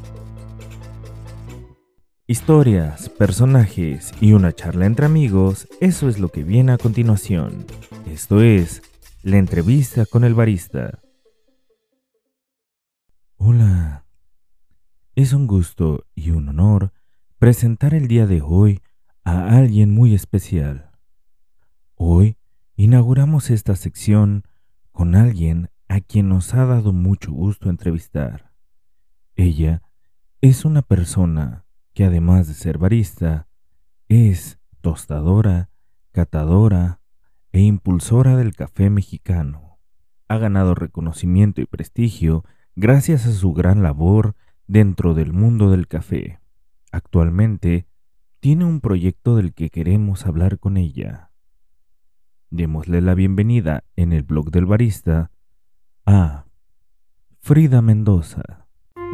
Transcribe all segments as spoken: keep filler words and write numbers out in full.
Historias, personajes y una charla entre amigos, eso es lo que viene a continuación. Esto es La entrevista con el barista. Hola, es un gusto y un honor presentar el día de hoy a alguien muy especial. Hoy inauguramos esta sección con alguien a quien nos ha dado mucho gusto entrevistar. Ella es una persona que además de ser barista, es tostadora, catadora e impulsora del café mexicano. Ha ganado reconocimiento y prestigio gracias a su gran labor dentro del mundo del café. Actualmente tiene un proyecto del que queremos hablar con ella. Démosle la bienvenida en el blog del barista a Frida Mendoza.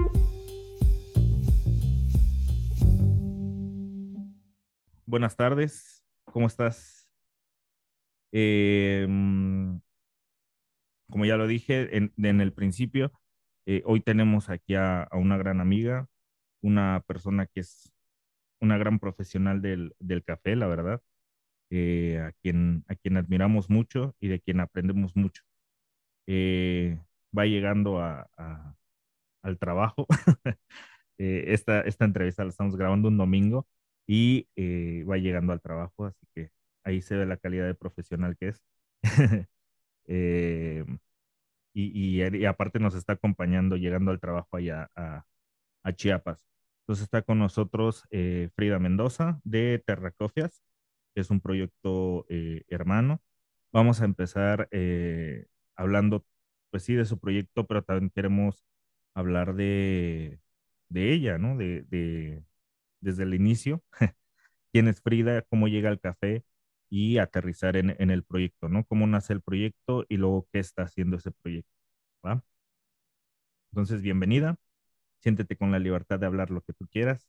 Buenas tardes, ¿cómo estás? Eh, mm, como ya lo dije en, en el principio, eh, hoy tenemos aquí a, a una gran amiga, una persona que es una gran profesional del, del café, la verdad, eh, a quien, a quien admiramos mucho y de quien aprendemos mucho. Eh, Va llegando a, a- al trabajo. Eh, esta, esta entrevista la estamos grabando un domingo y eh, va llegando al trabajo, así que ahí se ve la calidad de profesional que es. Eh, y, y- y aparte nos está acompañando llegando al trabajo allá a, a Chiapas. Entonces está con nosotros eh, Frida Mendoza de Terracofias, que es un proyecto eh, hermano. Vamos a empezar eh, hablando, pues sí, de su proyecto, pero también queremos hablar de, de ella, ¿no? De, de, desde el inicio, quién es Frida, cómo llega al café y aterrizar en, en el proyecto, ¿no? Cómo nace el proyecto y luego qué está haciendo ese proyecto, ¿va? Entonces, bienvenida, siéntete con la libertad de hablar lo que tú quieras.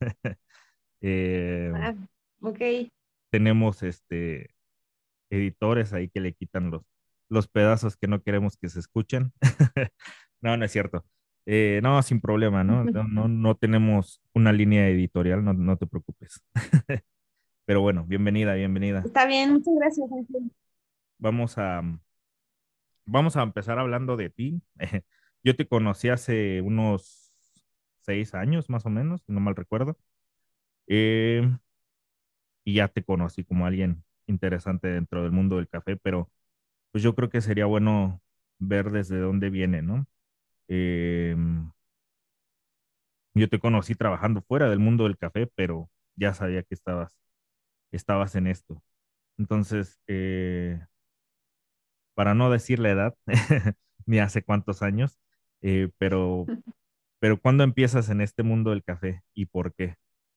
Eh, Ah, ok. Tenemos este editores ahí que le quitan los, los pedazos que no queremos que se escuchen. No, no es cierto. Eh, no, sin problema, ¿no? No, no, no tenemos una línea editorial, no, no te preocupes. Pero bueno, bienvenida, bienvenida. Está bien, muchas gracias, Ángel. Vamos a, vamos a empezar hablando de ti. Yo te conocí hace unos seis años, más o menos, si no mal recuerdo. Eh, y ya te conocí como alguien interesante dentro del mundo del café, pero pues yo creo que sería bueno ver desde dónde viene, ¿no? Eh, yo te conocí trabajando fuera del mundo del café, pero ya sabía que estabas, estabas en esto. Entonces, eh, para no decir la edad, ni hace cuántos años, eh, pero, pero ¿cuándo empiezas en este mundo del café y por qué?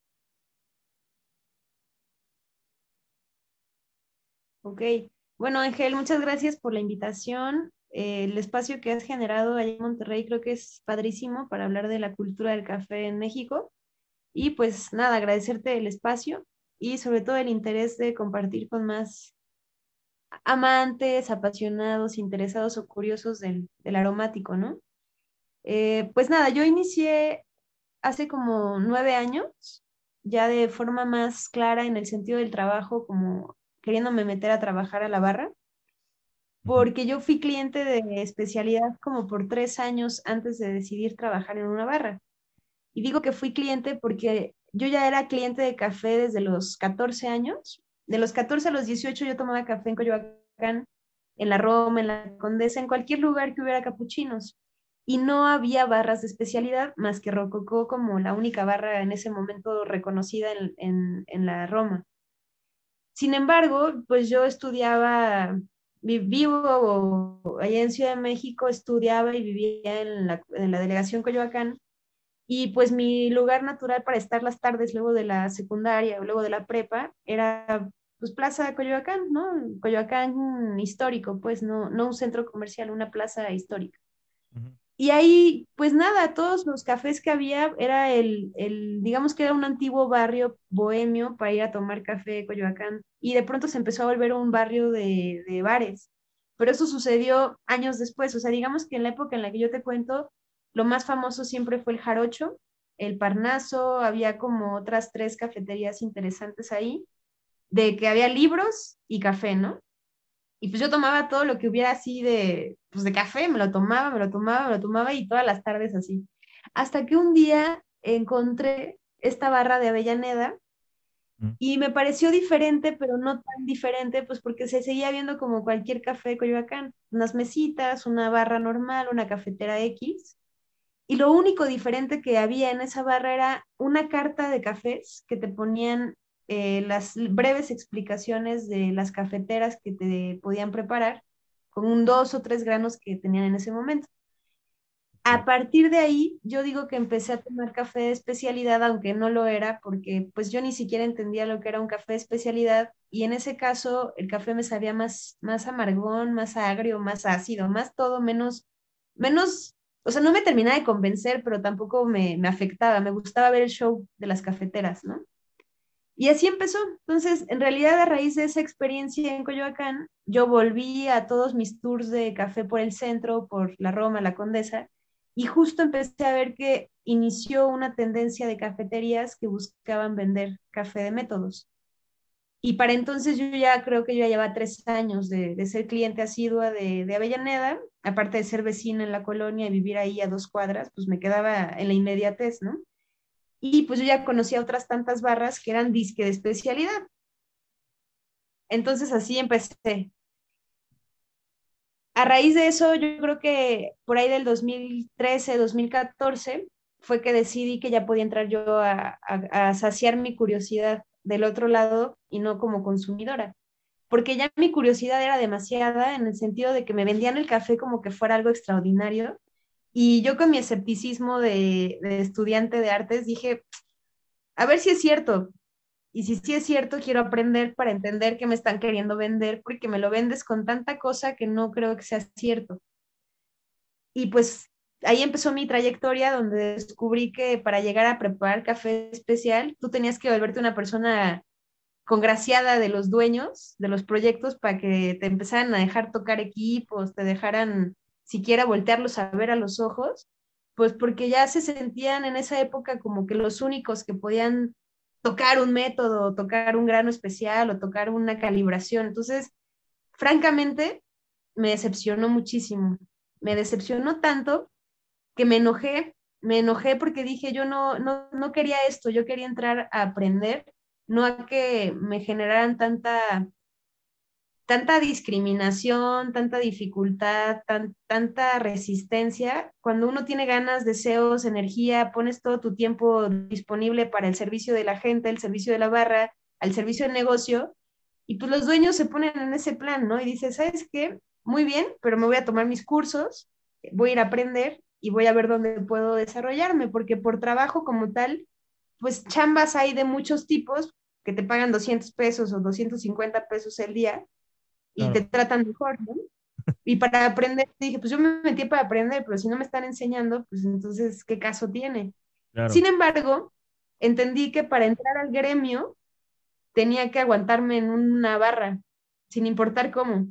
Ok. Bueno, Ángel, muchas gracias por la invitación. Eh, el espacio que has generado allá en Monterrey creo que es padrísimo para hablar de la cultura del café en México. Y pues nada, agradecerte el espacio y sobre todo el interés de compartir con más amantes, apasionados, interesados o curiosos del, del aromático, ¿no? Eh, pues nada, yo inicié hace como nueve años, ya de forma más clara en el sentido del trabajo, como queriéndome meter a trabajar a la barra, Ujú. porque yo fui cliente de especialidad como por tres años antes de decidir trabajar en una barra. Y digo que fui cliente porque yo ya era cliente de café desde los catorce años. De los catorce a los dieciocho yo tomaba café en Coyoacán, en la Roma, en la Condesa, en cualquier lugar que hubiera capuchinos. Y no había barras de especialidad más que Rococó como la única barra en ese momento reconocida en, en, en la Roma. Sin embargo, pues yo estudiaba, vi- vivo allá en Ciudad de México, estudiaba y vivía en la, en la delegación Coyoacán y pues mi lugar natural para estar las tardes luego de la secundaria o luego de la prepa era pues Plaza Coyoacán, ¿no? Coyoacán histórico, pues no, no un centro comercial, una plaza histórica. Ujú. Y ahí, pues nada, todos los cafés que había era el, el, digamos que era un antiguo barrio bohemio para ir a tomar café Coyoacán. Y de pronto se empezó a volver un barrio de, de bares. Pero eso sucedió años después. O sea, digamos que en la época en la que yo te cuento, lo más famoso siempre fue el jarocho, El Parnaso, había como otras tres cafeterías interesantes ahí, de que había libros y café, ¿no? Y pues yo tomaba todo lo que hubiera así de, pues de café, me lo tomaba, me lo tomaba, me lo tomaba y todas las tardes así. Hasta que un día encontré esta barra de Avellaneda Mm. y me pareció diferente, pero no tan diferente, pues porque se seguía viendo como cualquier café de Coyoacán, unas mesitas, una barra normal, una cafetera X. Y lo único diferente que había en esa barra era una carta de cafés que te ponían eh, las breves explicaciones de las cafeteras que te podían preparar con un dos o tres granos que tenían en ese momento. A Ok. partir de ahí, yo digo que empecé a tomar café de especialidad, aunque no lo era, porque pues yo ni siquiera entendía lo que era un café de especialidad, y en ese caso el café me sabía más, más amargón, más agrio, más ácido, más todo, menos, menos, o sea, no me terminaba de convencer, pero tampoco me, me afectaba, me gustaba ver el show de las cafeteras, ¿no? Y así empezó. Entonces, en realidad, a raíz de esa experiencia en Coyoacán, yo volví a todos mis tours de café por el centro, por la Roma, la Condesa, y justo empecé a ver que inició una tendencia de cafeterías que buscaban vender café de métodos. Y para entonces yo ya creo que yo ya llevaba tres años de, de ser cliente asidua de, de Avellaneda, aparte de ser vecina en la colonia y vivir ahí a dos cuadras, pues me quedaba en la inmediatez, ¿no? Y pues yo ya conocía otras tantas barras que eran disque de especialidad. Entonces así empecé. A raíz de eso, yo creo que por ahí del dos mil trece, dos mil catorce, fue que decidí que ya podía entrar yo a, a, a saciar mi curiosidad del otro lado y no como consumidora. Porque ya mi curiosidad era demasiada en el sentido de que me vendían el café como que fuera algo extraordinario. Y yo con mi escepticismo de, de estudiante de artes dije, a ver si es cierto. Y si sí es cierto, quiero aprender para entender qué me están queriendo vender, porque me lo vendes con tanta cosa que no creo que sea cierto. Y pues ahí empezó mi trayectoria donde descubrí que para llegar a preparar café especial, tú tenías que volverte una persona congraciada de los dueños de los proyectos para que te empezaran a dejar tocar equipos, te dejaran siquiera voltearlos a ver a los ojos, pues porque ya se sentían en esa época como que los únicos que podían tocar un método, tocar un grano especial o tocar una calibración. Entonces, francamente, me decepcionó muchísimo. Me decepcionó tanto que me enojé, me enojé porque dije, yo no, no, no quería esto, yo quería entrar a aprender, no a que me generaran tanta, tanta discriminación, tanta dificultad, tan, tanta resistencia. Cuando uno tiene ganas, deseos, energía, pones todo tu tiempo disponible para el servicio de la gente, el servicio de la barra, al servicio del negocio, y pues los dueños se ponen en ese plan, ¿no? Y dices, ¿sabes qué? Muy bien, pero me voy a tomar mis cursos, voy a ir a aprender y voy a ver dónde puedo desarrollarme, porque por trabajo como tal, pues chambas hay de muchos tipos que te pagan doscientos pesos o doscientos cincuenta pesos el día y te Claro, tratan mejor, ¿no? Y para aprender, dije, pues yo me metí para aprender, pero si no me están enseñando, pues entonces, ¿qué caso tiene? claro. Sin embargo, entendí que para entrar al gremio tenía que aguantarme en una barra, sin importar cómo.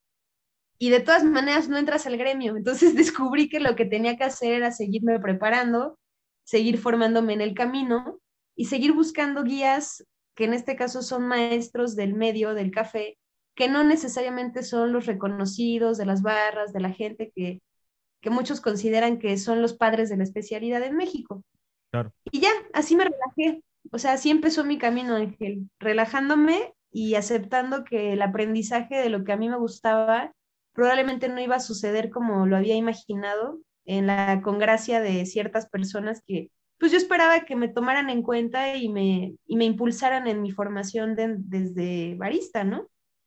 Y de todas maneras no entras al gremio. Entonces descubrí que lo que tenía que hacer era seguirme preparando, seguir formándome en el camino y seguir buscando guías que en este caso son maestros del medio del café, que no necesariamente son los reconocidos de las barras, de la gente que, que muchos consideran que son los padres de la especialidad en México. Claro. Y ya, así me relajé. O sea, así empezó mi camino, Ángel, relajándome y aceptando que el aprendizaje de lo que a mí me gustaba probablemente no iba a suceder como lo había imaginado en la congracia de ciertas personas que, pues yo esperaba que me tomaran en cuenta y me, y me impulsaran en mi formación de- desde barista, ¿no?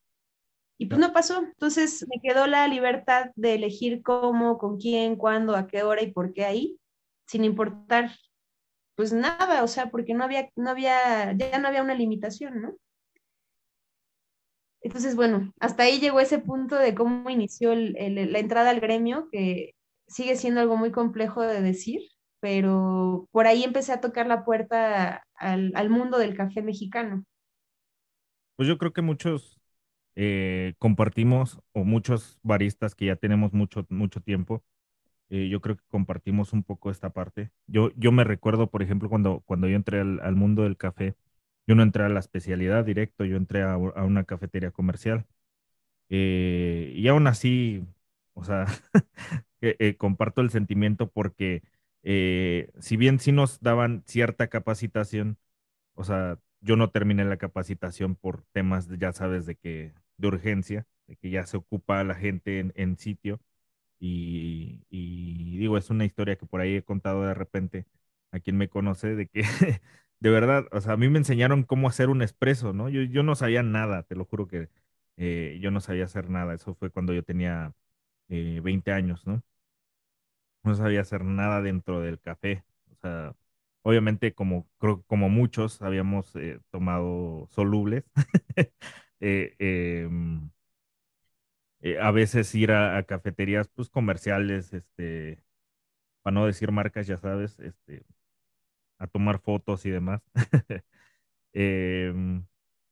Y pues Ya. no pasó. Entonces me quedó la libertad de elegir cómo, con quién, cuándo, a qué hora y por qué ahí, sin importar pues nada, o sea, porque no había, no había, ya no había una limitación, ¿no? Entonces, bueno, hasta ahí llegó ese punto de cómo inició el- el- la entrada al gremio, que sigue siendo algo muy complejo de decir, pero por ahí empecé a tocar la puerta al, al mundo del café mexicano. Pues yo creo que muchos eh, compartimos, o muchos baristas que ya tenemos mucho, mucho tiempo, Eh, yo creo que compartimos un poco esta parte. Yo, yo me recuerdo, por ejemplo, cuando, cuando yo entré al, al mundo del café, yo no entré a la especialidad directo, yo entré a, a una cafetería comercial. Eh, y aún así, o sea, eh, eh, comparto el sentimiento porque eh, si bien sí nos daban cierta capacitación, o sea, yo no terminé la capacitación por temas, de, ya sabes, de que de urgencia, de que ya se ocupa la gente en, en sitio. Y, y digo, es una historia que por ahí he contado de repente a quien me conoce, de que de verdad, o sea, a mí me enseñaron cómo hacer un espresso, ¿no? Yo, yo no sabía nada, te lo juro que eh, yo no sabía hacer nada. Eso fue cuando yo tenía eh, veinte años, ¿no? No sabía hacer nada dentro del café. O sea, obviamente como, creo, como muchos habíamos eh, tomado solubles. eh, em, eh, a veces ir a, a cafeterías pues comerciales, este, para no decir marcas, ya sabes, este, a tomar fotos y demás. Em,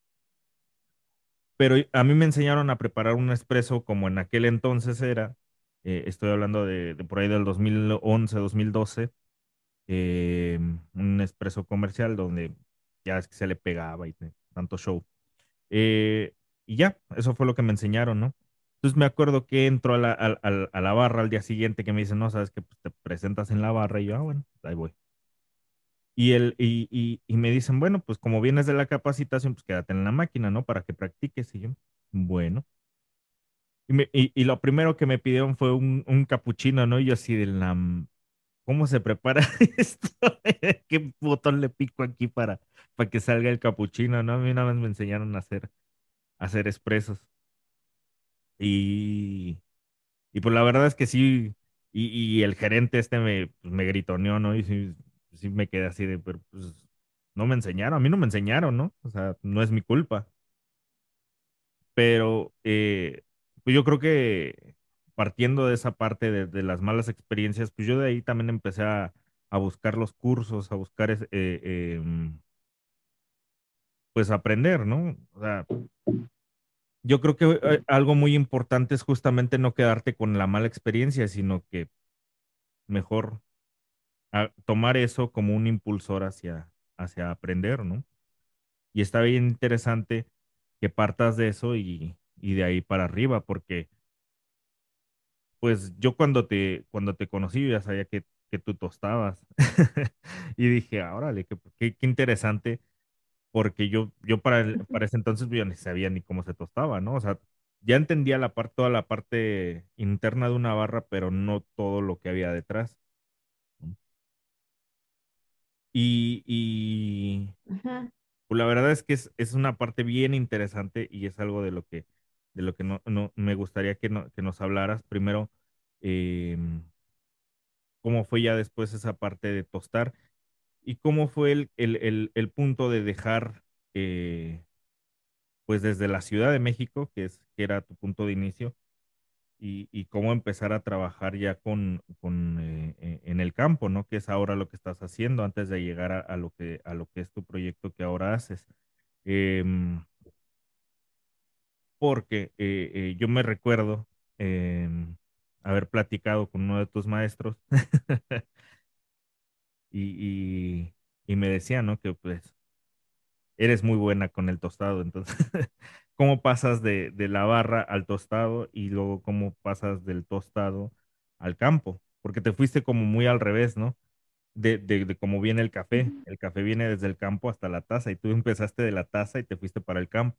pero a mí me enseñaron a preparar un espresso como en aquel entonces era, eh, estoy hablando de, de por ahí del dos mil once, dos mil doce, em, un espresso comercial donde ya es que se le pegaba y te- tanto show. Eh, y ya, eso fue lo que me enseñaron, ¿no? Entonces me acuerdo que entro a la, a, a- a la barra al día siguiente que me dicen, no, sabes que pues, te presentas en la barra y yo, ah, bueno, ahí voy. Y, el, y, y, y me dicen, bueno, pues como vienes de la capacitación, pues quédate en la máquina, ¿no? Para que practiques. Y yo, bueno. Y, me- y, y lo primero que me pidieron fue un, un capuchino, ¿no? Y yo así de la... m- ¿Cómo se prepara esto? ¿Qué botón le pico aquí para, para que salga el capuchino, ¿no? A mí nada más me enseñaron a hacer, a hacer expresos. Y, y pues la verdad es que sí, y, y el gerente este me, pues, me gritoneó, ¿no? Y sí, sí me quedé así de, pero pues no me enseñaron, a mí no me enseñaron, ¿no? O sea, no es mi culpa, pero eh, pues yo creo que partiendo de esa parte de, de las malas experiencias, pues yo de ahí también empecé a, a buscar los cursos, a buscar, es- eh, em, pues aprender, ¿no? O sea, yo creo que eh, algo muy importante es justamente no quedarte con la mala experiencia, sino que mejor a tomar eso como un impulsor hacia, hacia aprender, ¿no? Y está bien interesante que partas de eso y, y de ahí para arriba, porque pues yo cuando te, cuando te conocí yo ya sabía que, que tú tostabas. Y dije, ah, órale, qué, qué, qué interesante, porque yo, yo para, el- para ese entonces yo ni sabía ni cómo se tostaba, ¿no? O sea, ya entendía la parte, toda la parte interna de una barra, pero no todo lo que había detrás. ¿No? Y, y, Ujú. Pues la verdad es que es, es una parte bien interesante y es algo de lo que, de lo que no, no- me gustaría que, no- que nos hablaras. Primero, em, cómo fue ya después esa parte de tostar y cómo fue el, el- el- el punto de dejar, eh, pues desde la Ciudad de México, que es, que era tu punto de inicio, y, y cómo empezar a trabajar ya con, con, eh, eh, en el campo, ¿no? Que es ahora lo que estás haciendo antes de llegar a, a lo que, a lo que es tu proyecto que ahora haces. Em, porque eh, eh, yo me recuerdo em, haber platicado con uno de tus maestros y, y, y me decía, ¿no? Que pues eres muy buena con el tostado, entonces, ¿cómo pasas de, de la barra al tostado y luego cómo pasas del tostado al campo? Porque te fuiste como muy al revés, ¿no? De, de, de cómo viene el café. Ujú. El café viene desde el campo hasta la taza y tú empezaste de la taza y te fuiste para el campo.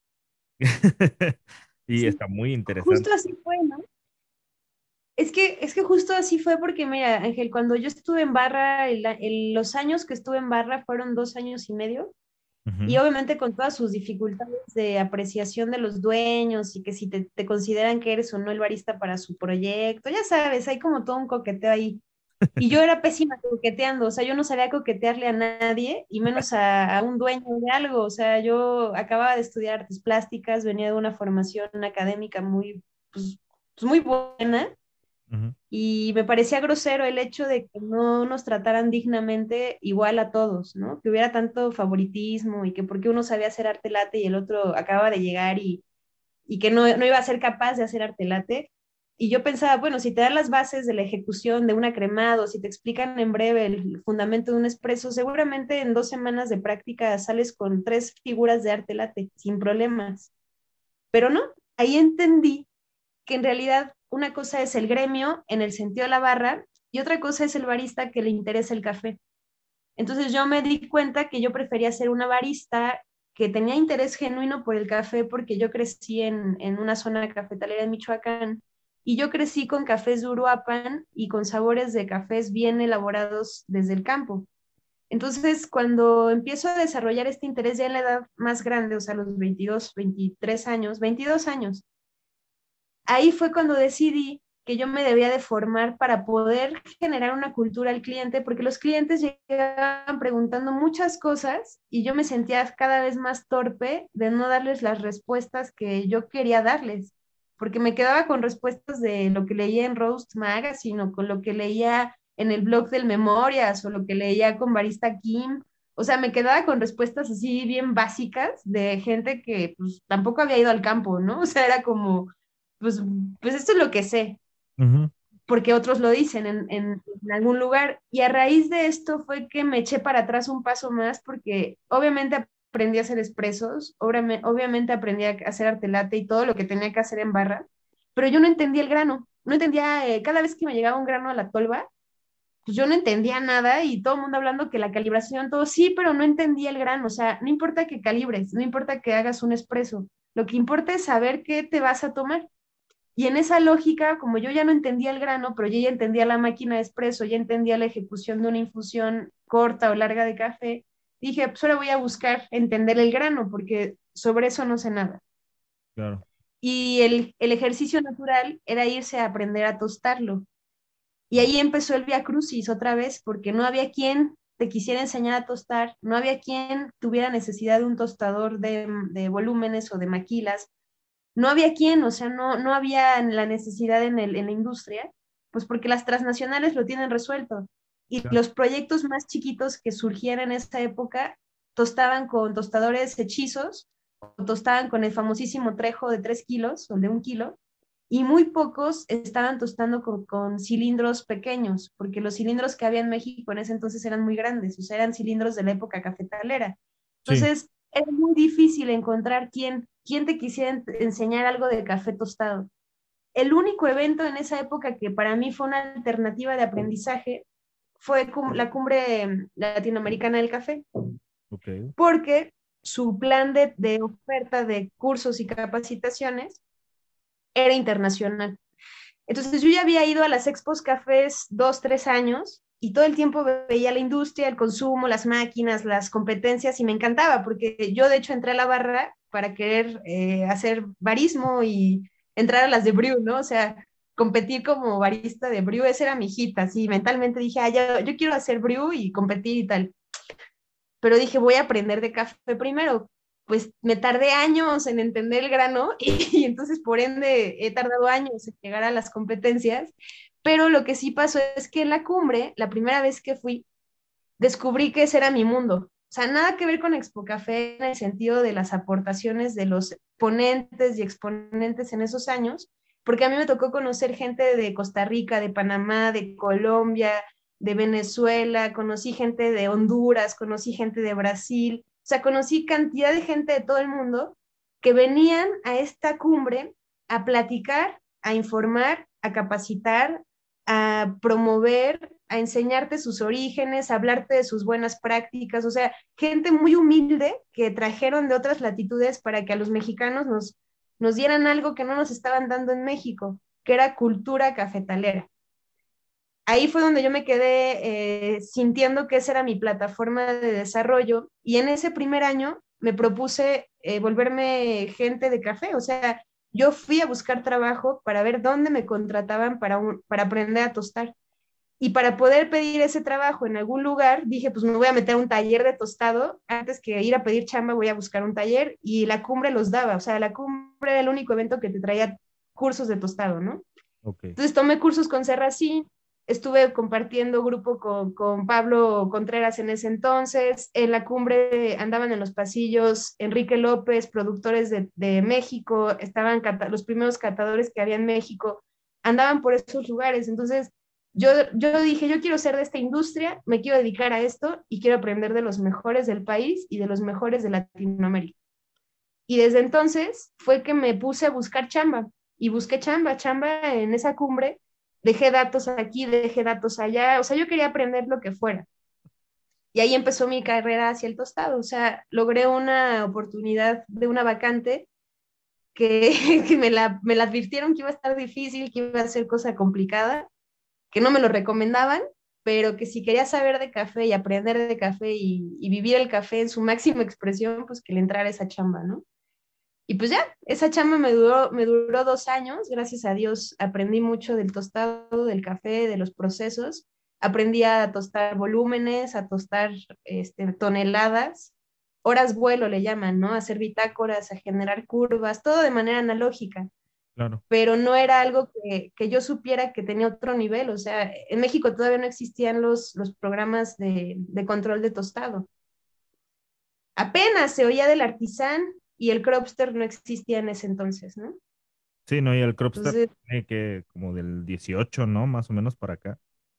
Y Sí, está muy interesante. justo así fue, ¿no? Es que, es que justo así fue porque, mira, Ángel, cuando yo estuve en barra, el- el- los años que estuve en barra fueron dos años y medio, y Ujú. obviamente con todas sus dificultades de apreciación de los dueños y que si te, te consideran que eres o no el barista para su proyecto, ya sabes, hay como todo un coqueteo ahí. Y yo era pésima coqueteando, o sea, yo no sabía coquetearle a nadie, y menos a, a un dueño de algo, o sea, yo acababa de estudiar artes plásticas, venía de una formación académica muy, pues, pues muy buena, Ujú. y me parecía grosero el hecho de que no nos trataran dignamente igual a todos, ¿no? Que hubiera tanto favoritismo y que porque uno sabía hacer arte latte y el otro acababa de llegar y, y que no, no iba a ser capaz de hacer arte latte. Y yo pensaba, bueno, si te dan las bases de la ejecución de un cremado, si te explican en breve el fundamento de un espresso, seguramente en dos semanas de práctica sales con tres figuras de arte latte, sin problemas. Pero no, ahí entendí que en realidad una cosa es el gremio en el sentido de la barra y otra cosa es el barista que le interesa el café. Entonces yo me di cuenta que yo prefería ser una barista que tenía interés genuino por el café porque yo crecí en, en una zona cafetalera de Michoacán y yo crecí con cafés de Uruapan y con sabores de cafés bien elaborados desde el campo. Entonces, cuando empiezo a desarrollar este interés ya en la edad más grande, o sea, los veintidós, veintitrés años, veintidós años, ahí fue cuando decidí que yo me debía de formar para poder generar una cultura al cliente, porque los clientes llegaban preguntando muchas cosas y yo me sentía cada vez más torpe de no darles las respuestas que yo quería darles, porque me quedaba con respuestas de lo que leía en Roast Magazine o con lo que leía en el blog del Memorias o lo que leía con Barista Kim. O sea, me quedaba con respuestas así bien básicas de gente que pues tampoco había ido al campo, ¿no? O sea, era como pues, pues esto es lo que sé, Ujú. porque otros lo dicen en, en, en algún lugar. Y a raíz de esto fue que me eché para atrás un paso más, porque obviamente aprendí a hacer expresos, obviamente aprendí a hacer arte latte y todo lo que tenía que hacer en barra, pero yo no entendía el grano, no entendía, eh, cada vez que me llegaba un grano a la tolva, pues yo no entendía nada y todo el mundo hablando que la calibración, todo sí, pero no entendía el grano, o sea, no importa que calibres, no importa que hagas un expreso, lo que importa es saber qué te vas a tomar. Y en esa lógica, como yo ya no entendía el grano, pero yo ya entendía la máquina de espresso, ya entendía la ejecución de una infusión corta o larga de café, dije, pues ahora voy a buscar entender el grano, porque sobre eso no sé nada. Claro. Y el, el ejercicio natural era irse a aprender a tostarlo. Y ahí empezó el Via Crucis otra vez, porque no había quien te quisiera enseñar a tostar, no había quien tuviera necesidad de un tostador de, de volúmenes o de maquilas, no había quien, o sea, no, no había la necesidad en, el, en la industria, pues porque las transnacionales lo tienen resuelto. Y Claro. los proyectos más chiquitos que surgían en esa época tostaban con tostadores hechizos, o tostaban con el famosísimo trejo de tres kilos o de un kilo, y muy pocos estaban tostando con, con cilindros pequeños, porque los cilindros que había en México en ese entonces eran muy grandes, o sea, eran cilindros de la época cafetalera. Sí. Entonces, era muy difícil encontrar quién, quién te quisiera en- enseñar algo de café tostado. El único evento en esa época que para mí fue una alternativa de aprendizaje fue cum- la cumbre latinoamericana del café, Ok. porque su plan de, de oferta de cursos y capacitaciones era internacional. Entonces yo ya había ido a las expos cafés dos, tres años y todo el tiempo veía la industria, el consumo, las máquinas, las competencias y me encantaba porque yo de hecho entré a la barra para querer eh, hacer barismo y entrar a las de brew, ¿no? O sea, competir como barista de brew, esa era mi hijita, así mentalmente dije, ah, ya, yo quiero hacer brew y competir y tal, pero dije, voy a aprender de café primero. Pues me tardé años en entender el grano y, y entonces por ende he tardado años en llegar a las competencias, pero lo que sí pasó es que en la cumbre, la primera vez que fui, descubrí que ese era mi mundo. O sea, nada que ver con Expo Café en el sentido de las aportaciones de los ponentes y exponentes en esos años, porque a mí me tocó conocer gente de Costa Rica, de Panamá, de Colombia, de Venezuela, conocí gente de Honduras, conocí gente de Brasil, o sea, conocí cantidad de gente de todo el mundo que venían a esta cumbre a platicar, a informar, a capacitar, a promover, a enseñarte sus orígenes, a hablarte de sus buenas prácticas, o sea, gente muy humilde que trajeron de otras latitudes para que a los mexicanos nos, nos dieran algo que no nos estaban dando en México, que era cultura cafetalera. Ahí fue donde yo me quedé eh, sintiendo que esa era mi plataforma de desarrollo y en ese primer año me propuse eh, volverme gente de café, o sea, yo fui a buscar trabajo para ver dónde me contrataban para, un, para aprender a tostar. Y para poder pedir ese trabajo en algún lugar, dije, pues me voy a meter a un taller de tostado, antes que ir a pedir chamba voy a buscar un taller y la cumbre los daba, o sea, la cumbre era el único evento que te traía cursos de tostado, ¿no? Ok. Entonces tomé cursos con Serracín, estuve compartiendo grupo con, con Pablo Contreras en ese entonces, en la cumbre andaban en los pasillos Enrique López, productores de, de México, estaban cata los primeros catadores que había en México, andaban por esos lugares. Entonces, yo, yo dije, yo quiero ser de esta industria, me quiero dedicar a esto y quiero aprender de los mejores del país y de los mejores de Latinoamérica. Y desde entonces fue que me puse a buscar chamba y busqué chamba, chamba en esa cumbre. Dejé datos aquí, dejé datos allá, o sea, yo quería aprender lo que fuera. Y ahí empezó mi carrera hacia el tostado, o sea, logré una oportunidad de una vacante que, que me, la, me la advirtieron que iba a estar difícil, que iba a ser cosa complicada, que no me lo recomendaban, pero que si quería saber de café y aprender de café y, y vivir el café en su máxima expresión, pues que le entrara esa chamba, ¿no? Y pues ya, esa chamba me duró, me duró dos años, gracias a Dios aprendí mucho del tostado, del café, de los procesos, aprendí a tostar volúmenes, a tostar este, toneladas, horas vuelo le llaman, ¿no? A hacer bitácoras, a generar curvas, todo de manera analógica, Claro. pero no era algo que, que yo supiera que tenía otro nivel, o sea, en México todavía no existían los, los programas de, de control de tostado. Apenas se oía del artisán y el cropster no existía en ese entonces, ¿no? Sí, no, y el Cropster Entonces, tiene que como del dieciocho, ¿no? Más o menos para acá.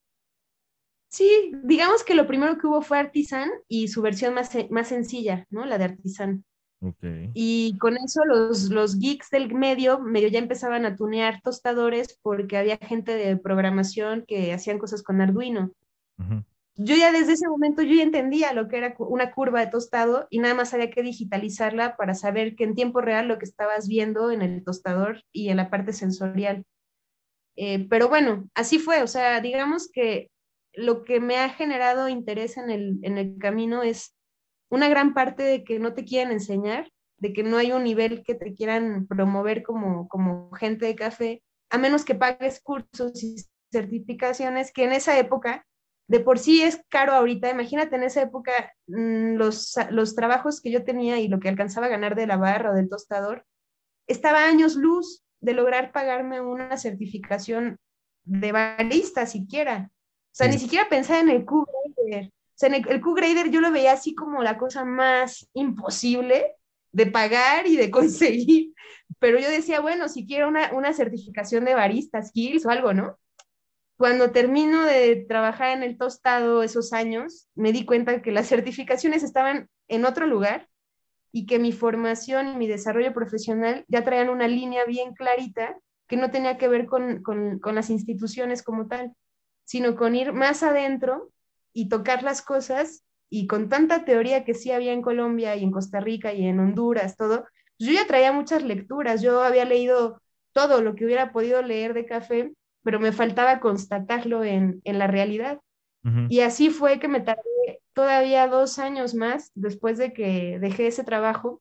sí, digamos que lo primero que hubo fue artisán y su versión más, se- más sencilla, ¿no? La de artisán. Ok. Y con eso los, los geeks del medio, medio ya empezaban a tunear tostadores porque había gente de programación que hacían cosas con Arduino. Ujú. Yo ya desde ese momento yo ya entendía lo que era cu- una curva de tostado y nada más había que digitalizarla para saber que en tiempo real lo que estabas viendo en el tostador y en la parte sensorial. Eh, pero bueno, así fue, o sea, digamos que lo que me ha generado interés en el, en el camino es una gran parte de que no te quieren enseñar, de que no hay un nivel que te quieran promover como, como gente de café, a menos que pagues cursos y certificaciones, que en esa época, de por sí es caro ahorita, imagínate en esa época mmm, los, los trabajos que yo tenía y lo que alcanzaba a ganar de la barra o del tostador, estaba a años luz de lograr pagarme una certificación de barista siquiera. O sea, Sí. ni siquiera pensaba en el Q-Grader. O sea, en el, el Q-Grader yo lo veía así como la cosa más imposible de pagar y de conseguir. Pero yo decía, bueno, si quiero una, una certificación de barista, skills o algo, ¿no? Cuando termino de trabajar en el tostado esos años, me di cuenta que las certificaciones estaban en otro lugar y que mi formación y mi desarrollo profesional ya traían una línea bien clarita que no tenía que ver con, con, con las instituciones como tal, sino con ir más adentro y tocar las cosas y con tanta teoría que sí había en Colombia y en Costa Rica y en Honduras, todo, pues yo ya traía muchas lecturas, yo había leído todo lo que hubiera podido leer de café, pero me faltaba constatarlo en, en la realidad. Ujú. Y así fue que me tardé todavía dos años más después de que dejé ese trabajo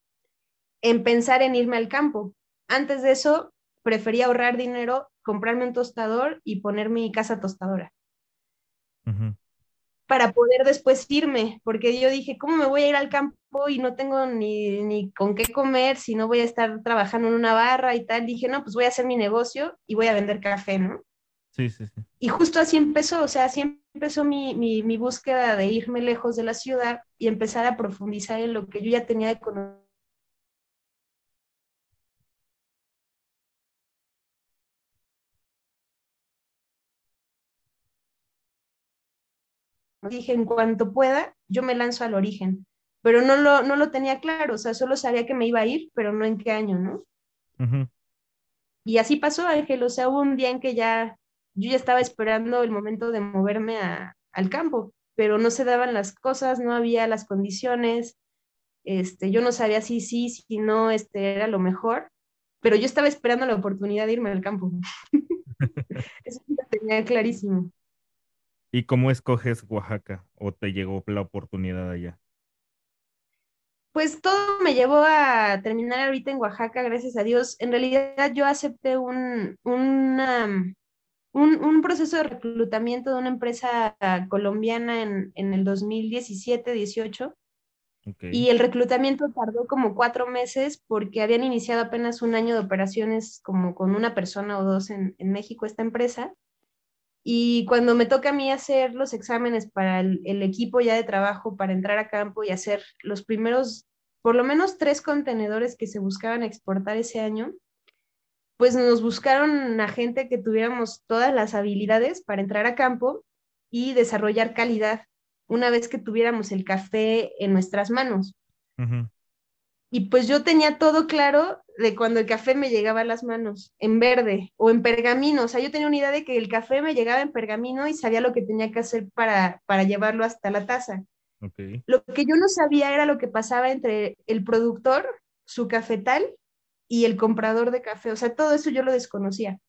en pensar en irme al campo. Antes de eso, prefería ahorrar dinero, comprarme un tostador y poner mi casa tostadora Ujú. para poder después irme, porque yo dije, ¿cómo me voy a ir al campo y no tengo ni, ni con qué comer si no voy a estar trabajando en una barra y tal? Dije, no, pues voy a hacer mi negocio y voy a vender café, ¿no? Sí, sí, sí. Y justo así empezó, o sea, así empezó mi, mi, mi búsqueda de irme lejos de la ciudad y empezar a profundizar en lo que yo ya tenía de conocimiento. Dije, en cuanto pueda, yo me lanzo al origen, pero no lo, no lo tenía claro, o sea, solo sabía que me iba a ir, pero no en qué año, ¿no? Ujú. Y así pasó, Ángel, o sea, hubo un día en que ya, yo ya estaba esperando el momento de moverme a, al campo, pero no se daban las cosas, no había las condiciones, este, yo no sabía si sí, si no, este, era lo mejor, pero yo estaba esperando la oportunidad de irme al campo. Eso sí lo tenía clarísimo. ¿Y cómo escoges Oaxaca? ¿O te llegó la oportunidad allá? Pues todo me llevó a terminar ahorita en Oaxaca, gracias a Dios. En realidad yo acepté un, una, un, un proceso de reclutamiento de una empresa colombiana en, en el dos mil diecisiete dieciocho Ok. y el reclutamiento tardó como cuatro meses porque habían iniciado apenas un año de operaciones como con una persona o dos en, en México esta empresa. Y cuando me toca a mí hacer los exámenes para el, el equipo ya de trabajo, para entrar a campo y hacer los primeros, por lo menos tres contenedores que se buscaban exportar ese año, pues nos buscaron a gente que tuviéramos todas las habilidades para entrar a campo y desarrollar calidad una vez que tuviéramos el café en nuestras manos. Ujú. Y pues yo tenía todo claro de cuando el café me llegaba a las manos, en verde o en pergamino. O sea, yo tenía una idea de que el café me llegaba en pergamino y sabía lo que tenía que hacer para, para llevarlo hasta la taza. Ok, Lo que yo no sabía era lo que pasaba entre el productor, su cafetal y el comprador de café. O sea, todo eso yo lo desconocía.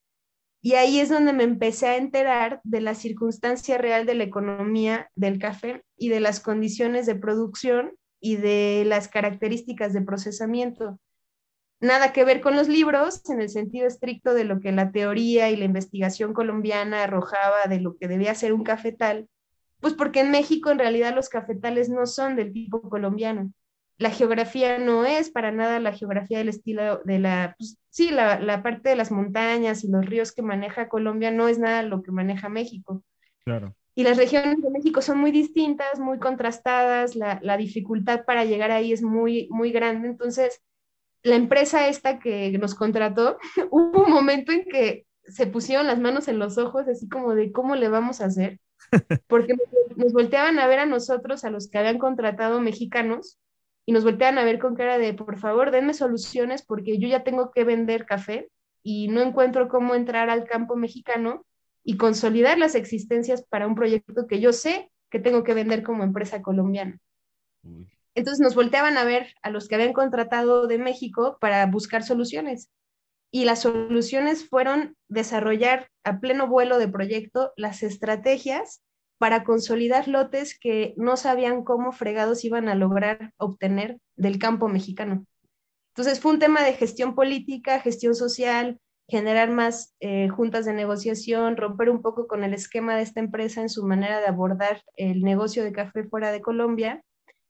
Y ahí es donde me empecé a enterar de la circunstancia real de la economía del café y de las condiciones de producción y de las características de procesamiento. Nada que ver con los libros en el sentido estricto de lo que la teoría y la investigación colombiana arrojaba de lo que debía ser un cafetal, pues porque en México en realidad los cafetales no son del tipo colombiano. La geografía no es para nada la geografía del estilo de la, pues, sí, la, la parte de las montañas y los ríos que maneja Colombia no es nada lo que maneja México. claro. Y las regiones de México son muy distintas, muy contrastadas, la, la dificultad para llegar ahí es muy, muy grande. Entonces, la empresa esta que nos contrató, hubo un momento en que se pusieron las manos en los ojos, así como de cómo le vamos a hacer, porque nos, nos volteaban a ver a nosotros, a los que habían contratado mexicanos, y nos volteaban a ver con cara de, por favor, denme soluciones porque yo ya tengo que vender café y no encuentro cómo entrar al campo mexicano y consolidar las existencias para un proyecto que yo sé que tengo que vender como empresa colombiana. Uy. Entonces nos volteaban a ver a los que habían contratado de México para buscar soluciones. Y las soluciones fueron desarrollar a pleno vuelo de proyecto las estrategias para consolidar lotes que no sabían cómo fregados iban a lograr obtener del campo mexicano. Entonces fue un tema de gestión política, gestión social, generar más eh, juntas de negociación, romper un poco con el esquema de esta empresa en su manera de abordar el negocio de café fuera de Colombia.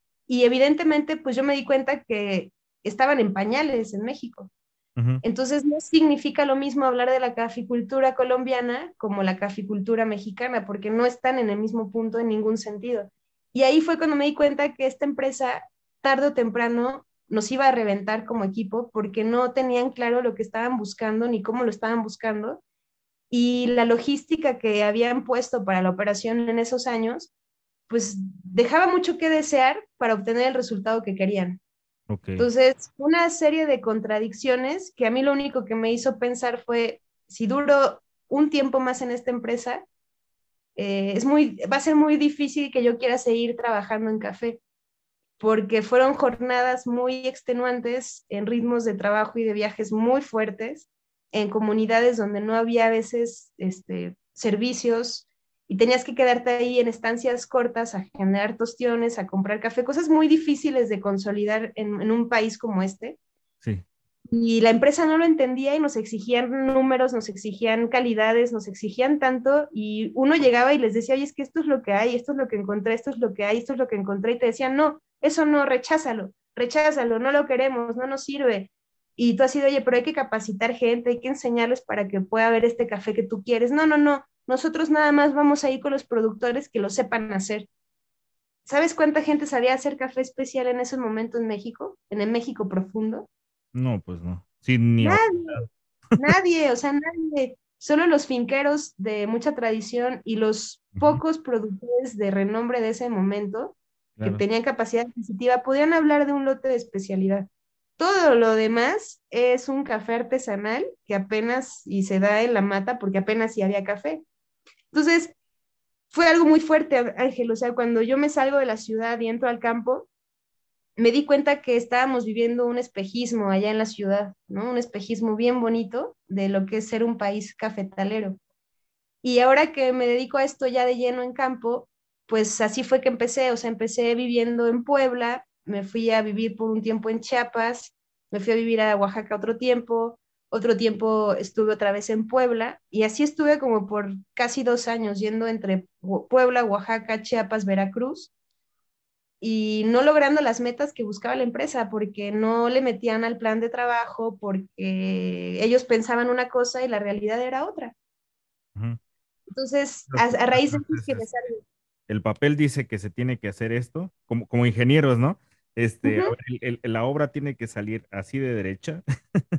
Y evidentemente, pues yo me di cuenta que estaban en pañales en México. Ujú. Entonces, no significa lo mismo hablar de la caficultura colombiana como la caficultura mexicana, porque no están en el mismo punto en ningún sentido. Y ahí fue cuando me di cuenta que esta empresa, tarde o temprano, nos iba a reventar como equipo porque no tenían claro lo que estaban buscando ni cómo lo estaban buscando. Y la logística que habían puesto para la operación en esos años, pues dejaba mucho que desear para obtener el resultado que querían. Ok. Entonces, una serie de contradicciones que a mí lo único que me hizo pensar fue, si duro un tiempo más en esta empresa, eh, es muy, va a ser muy difícil que yo quiera seguir trabajando en café, porque fueron jornadas muy extenuantes, en ritmos de trabajo y de viajes muy fuertes, en comunidades donde no había a veces este, servicios y tenías que quedarte ahí en estancias cortas a generar tostiones, a comprar café, cosas muy difíciles de consolidar en, en un país como este. Sí. Y la empresa no lo entendía y nos exigían números, nos exigían calidades, nos exigían tanto y uno llegaba y les decía, oye, es que esto es lo que hay, esto es lo que encontré, esto es lo que hay, esto es lo que encontré y te decían, no, eso no, recházalo, recházalo, no lo queremos, no nos sirve. Y tú has sido, oye, pero hay que capacitar gente, hay que enseñarles para que pueda ver este café que tú quieres. No, no, no, nosotros nada más vamos a ir con los productores que lo sepan hacer. ¿Sabes cuánta gente sabía hacer café especial en ese momento en México, en el México profundo? No, pues no. Sí, ni Nadie. ahorita. Nadie, o sea, nadie. Solo los finqueros de mucha tradición y los Ujú. pocos productores de renombre de ese momento que Claro. tenían capacidad adquisitiva podían hablar de un lote de especialidad. Todo lo demás es un café artesanal que apenas y se da en la mata porque apenas sí había café. Entonces, fue algo muy fuerte, Ángel. O sea, cuando yo me salgo de la ciudad y entro al campo, me di cuenta que estábamos viviendo un espejismo allá en la ciudad, ¿no? Un espejismo bien bonito de lo que es ser un país cafetalero. Y ahora que me dedico a esto ya de lleno en campo, pues así fue que empecé, o sea, empecé viviendo en Puebla, me fui a vivir por un tiempo en Chiapas, me fui a vivir a Oaxaca otro tiempo, otro tiempo estuve otra vez en Puebla, y así estuve como por casi dos años yendo entre Puebla, Oaxaca, Chiapas, Veracruz, y no logrando las metas que buscaba la empresa porque no le metían al plan de trabajo, porque ellos pensaban una cosa y la realidad era otra. Ujú. Entonces, Lo a, que a raíz pasa de eso es es, que me es- salgo. el papel dice que se tiene que hacer esto, como, como ingenieros, ¿no? Este, a Ujú. ver, el- el- la obra tiene que salir así de derecha.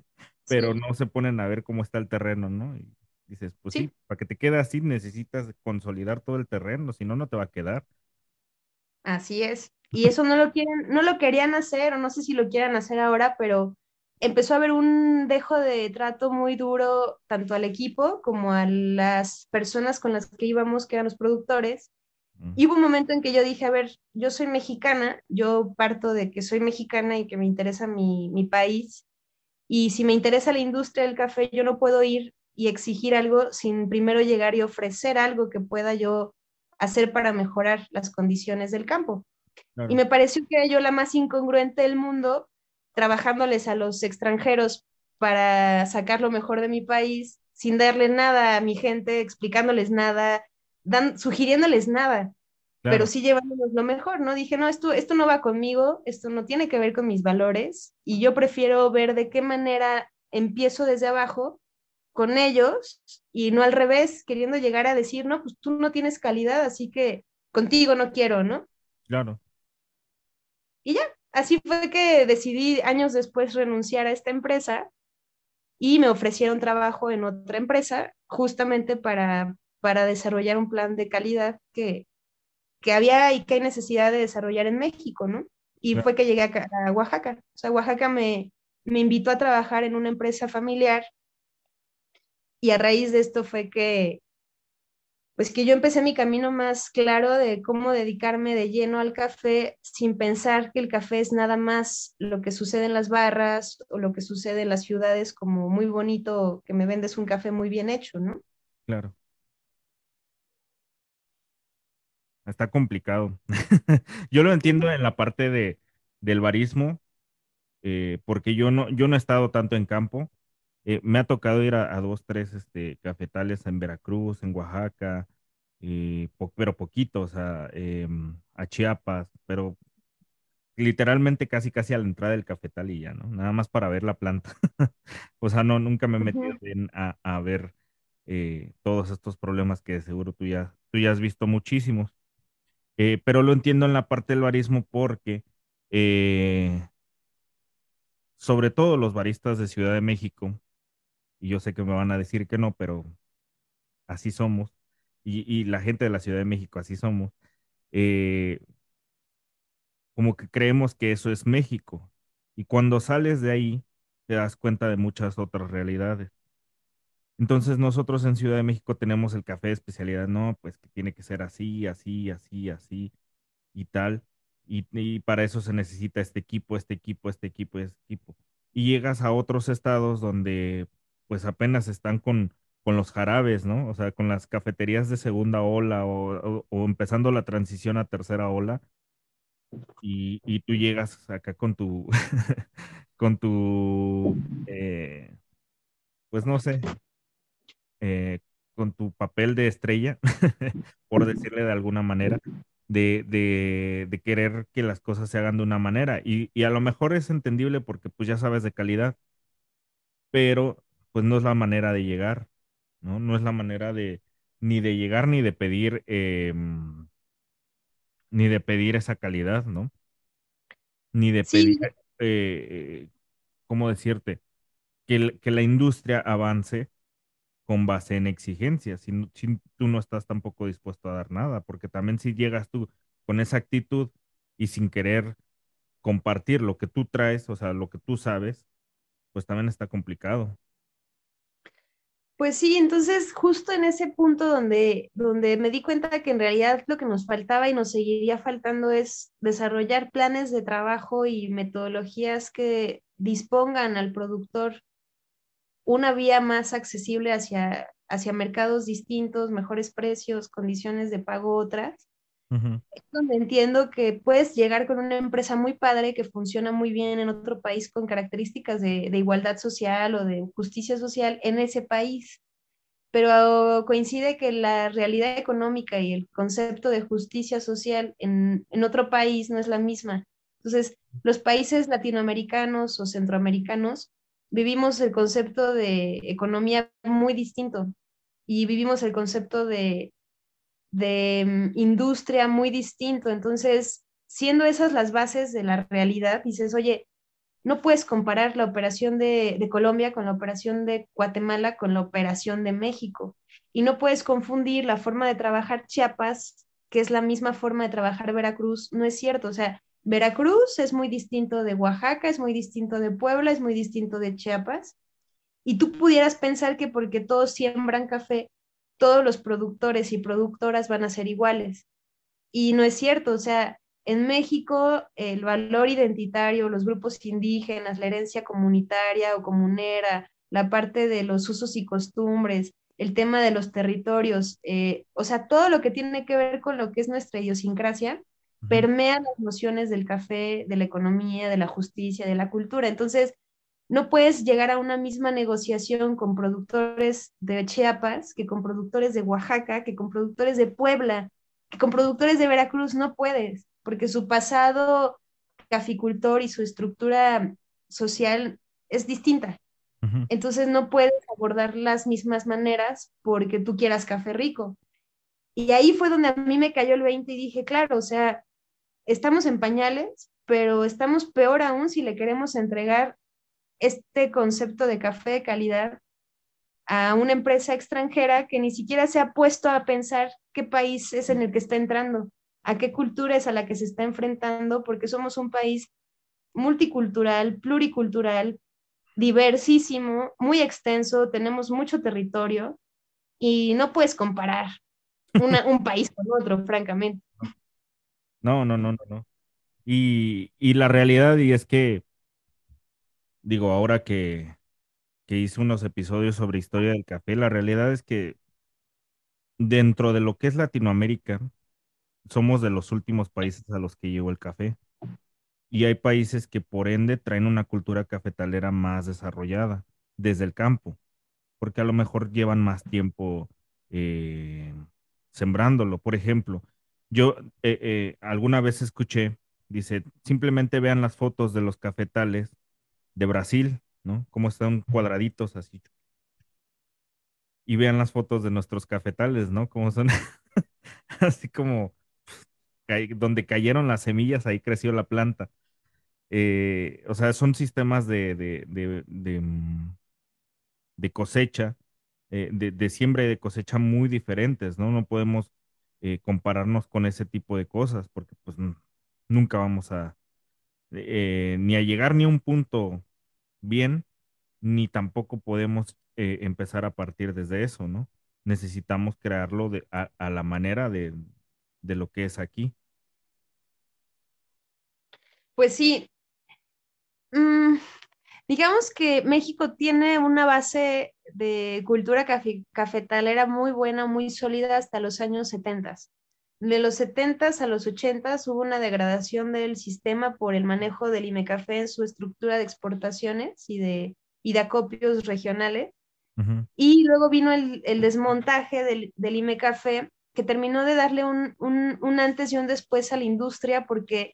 pero Sí, no se ponen a ver cómo está el terreno, ¿no? Y dices, pues sí, sí, para que te quede así necesitas consolidar todo el terreno, si no, no te va a quedar. así es. Y eso no lo quieren, no lo querían hacer, o no sé si lo quieran hacer ahora, pero empezó a haber un dejo de trato muy duro tanto al equipo como a las personas con las que íbamos, que eran los productores. Mm, Y hubo un momento en que yo dije, a ver, yo soy mexicana, yo parto de que soy mexicana y que me interesa mi, mi país, y si me interesa la industria del café, yo no puedo ir y exigir algo sin primero llegar y ofrecer algo que pueda yo hacer para mejorar las condiciones del campo. Y claro, me pareció que era yo la más incongruente del mundo, trabajándoles a los extranjeros para sacar lo mejor de mi país, sin darle nada a mi gente, explicándoles nada, dan, sugiriéndoles nada, pero claro, sí llevándonos lo mejor, ¿no? Dije, no, esto, esto no va conmigo, esto no tiene que ver con mis valores, y yo prefiero ver de qué manera empiezo desde abajo con ellos y no al revés, queriendo llegar a decir, no, pues tú no tienes calidad, así que contigo no quiero, ¿no? claro. Y ya, así fue que decidí años después renunciar a esta empresa y me ofrecieron trabajo en otra empresa justamente para, para desarrollar un plan de calidad que, que había y que hay necesidad de desarrollar en México, ¿no? Y Claro. fue que llegué a, a Oaxaca. O sea, Oaxaca me, me invitó a trabajar en una empresa familiar y a raíz de esto fue que, pues que yo empecé mi camino más claro de cómo dedicarme de lleno al café sin pensar que el café es nada más lo que sucede en las barras o lo que sucede en las ciudades como muy bonito que me vendes un café muy bien hecho, ¿no? Claro. Está complicado. Yo lo entiendo en la parte de, del barismo, eh, porque yo no, yo no he estado tanto en campo. Eh, me ha tocado ir a, a dos, tres este, cafetales en Veracruz, en Oaxaca, eh, po- pero poquitos, a, em, a Chiapas, pero literalmente casi casi a la entrada del cafetal y ya, ¿no? Nada más para ver la planta. O sea, no, nunca me he metido Ujú. bien a, a ver eh, todos estos problemas que de seguro tú ya, tú ya has visto muchísimos. Eh, pero lo entiendo en la parte del barismo porque, eh, sobre todo los baristas de Ciudad de México, y yo sé que me van a decir que no, pero así somos, y, y la gente de la Ciudad de México así somos, eh, como que creemos que eso es México. Y cuando sales de ahí, te das cuenta de muchas otras realidades. Entonces nosotros en Ciudad de México tenemos el café de especialidad, no, pues que tiene que ser así, así, así, así y tal. Y, y para eso se necesita este equipo, este equipo, este equipo, este equipo. Y llegas a otros estados donde pues apenas están con, con los jarabes, ¿no? O sea, con las cafeterías de segunda ola o, o- o empezando la transición a tercera ola y, y tú llegas acá con tu, con tu, eh, pues no sé, eh, con tu papel de estrella, por decirle de alguna manera, de, de, de querer que las cosas se hagan de una manera. Y, y a lo mejor es entendible porque pues ya sabes de calidad, pero pues no es la manera de llegar, ¿no? No es la manera de ni de llegar ni de pedir, em, ni de pedir esa calidad, ¿no? Ni de pedir, Sí, eh, ¿cómo decirte? Que, el- que la industria avance con base en exigencias, si, no- si tú no estás tampoco dispuesto a dar nada, porque también si llegas tú con esa actitud y sin querer compartir lo que tú traes, o sea, lo que tú sabes, pues también está complicado. pues sí, entonces justo en ese punto donde, donde me di cuenta que en realidad lo que nos faltaba y nos seguiría faltando es desarrollar planes de trabajo y metodologías que dispongan al productor una vía más accesible hacia, hacia mercados distintos, mejores precios, condiciones de pago otras. Ujú, Es donde entiendo que puedes llegar con una empresa muy padre que funciona muy bien en otro país con características de, de igualdad social o de justicia social en ese país, pero coincide que la realidad económica y el concepto de justicia social en, en otro país no es la misma. Entonces, los países latinoamericanos o centroamericanos vivimos el concepto de economía muy distinto y vivimos el concepto de, de mm, industria muy distinto. Entonces, siendo esas las bases de la realidad, dices, oye, no puedes comparar la operación de, de Colombia con la operación de Guatemala con la operación de México. Y no puedes confundir la forma de trabajar Chiapas, que es la misma forma de trabajar Veracruz. No es cierto. O sea, Veracruz es muy distinto de Oaxaca, es muy distinto de Puebla, es muy distinto de Chiapas. Y tú pudieras pensar que porque todos siembran café, todos los productores y productoras van a ser iguales. Y no es cierto, o sea, en México el valor identitario, los grupos indígenas, la herencia comunitaria o comunera, la parte de los usos y costumbres, el tema de los territorios, eh, o sea, todo lo que tiene que ver con lo que es nuestra idiosincrasia, Ujú. permea las nociones del café, de la economía, de la justicia, de la cultura. Entonces, no puedes llegar a una misma negociación con productores de Chiapas que con productores de Oaxaca, que con productores de Puebla, que con productores de Veracruz. No puedes, porque su pasado caficultor y su estructura social es distinta. Ujú. Entonces no puedes abordar las mismas maneras porque tú quieras café rico. Y ahí fue donde a mí me cayó el veinte y dije, claro, o sea, estamos en pañales, pero estamos peor aún si le queremos entregar este concepto de café de calidad a una empresa extranjera que ni siquiera se ha puesto a pensar qué país es en el que está entrando, a qué cultura es a la que se está enfrentando, porque somos un país multicultural, pluricultural, diversísimo, muy extenso, tenemos mucho territorio y no puedes comparar una, un país con otro, francamente. No, no, no, no, no. Y, y la realidad, y es que, digo, ahora que, que hice unos episodios sobre historia del café, la realidad es que dentro de lo que es Latinoamérica, somos de los últimos países a los que llegó el café. Y hay países que por ende traen una cultura cafetalera más desarrollada desde el campo, porque a lo mejor llevan más tiempo eh, sembrándolo. Por ejemplo, yo eh, eh, alguna vez escuché, dice, simplemente vean las fotos de los cafetales de Brasil, ¿no? Cómo están cuadraditos así. Y vean las fotos de nuestros cafetales, ¿no? Cómo son así como ca- donde cayeron las semillas, ahí creció la planta. Eh, o sea, son sistemas de, de, de, de, mm, de cosecha, eh, de, de siembra y de cosecha muy diferentes, ¿no? No podemos eh, compararnos con ese tipo de cosas porque pues n- nunca vamos a eh, ni a llegar ni a un punto bien, ni tampoco podemos eh, empezar a partir desde eso, ¿no? Necesitamos crearlo de, a, a la manera de, de lo que es aquí. Pues sí, mm, digamos que México tiene una base de cultura cafe- cafetalera muy buena, muy sólida hasta los años setenta. De los setenta a los ochenta hubo una degradación del sistema por el manejo del IMECAFé en su estructura de exportaciones y de, y de acopios regionales. Ujú. Y luego vino el, el desmontaje del, del IMECAFé, que terminó de darle un, un, un antes y un después a la industria porque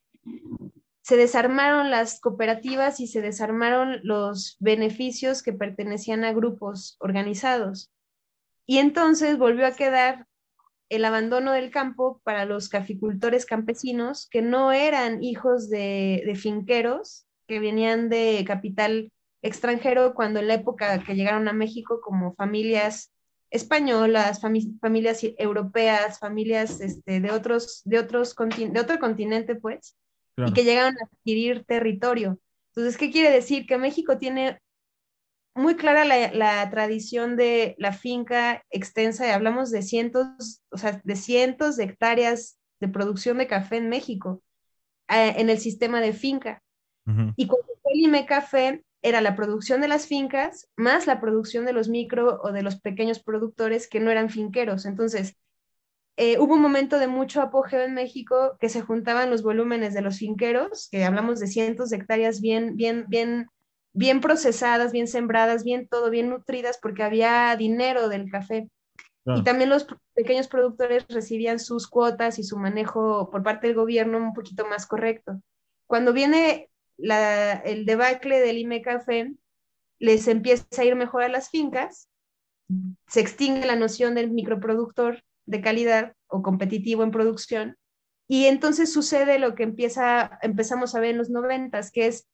se desarmaron las cooperativas y se desarmaron los beneficios que pertenecían a grupos organizados. Y entonces volvió a quedar el abandono del campo para los caficultores campesinos que no eran hijos de, de finqueros, que venían de capital extranjero cuando en la época que llegaron a México como familias españolas, fami familias europeas, familias este, de, otros, de, otros de otro continente, pues, y Claro. que llegaron a adquirir territorio. Entonces, ¿qué quiere decir? Que México tiene muy clara la, la, tradición de la finca extensa, y hablamos de cientos, o sea, de cientos de hectáreas de producción de café en México, eh, en el sistema de finca. Ujú. Y cuando fue el IME Café, era la producción de las fincas más la producción de los micro o de los pequeños productores que no eran finqueros. Entonces, eh, hubo un momento de mucho apogeo en México que se juntaban los volúmenes de los finqueros, que hablamos de cientos de hectáreas bien, bien, bien, bien procesadas, bien sembradas, bien todo, bien nutridas, porque había dinero del café. Y Claro. también los pequeños productores recibían sus cuotas y su manejo por parte del gobierno un poquito más correcto. Cuando viene la, el debacle del IME Café, les empieza a ir mejor a las fincas, se extingue la noción del microproductor de calidad o competitivo en producción, y entonces sucede lo que empieza, empezamos a ver en los noventas, que es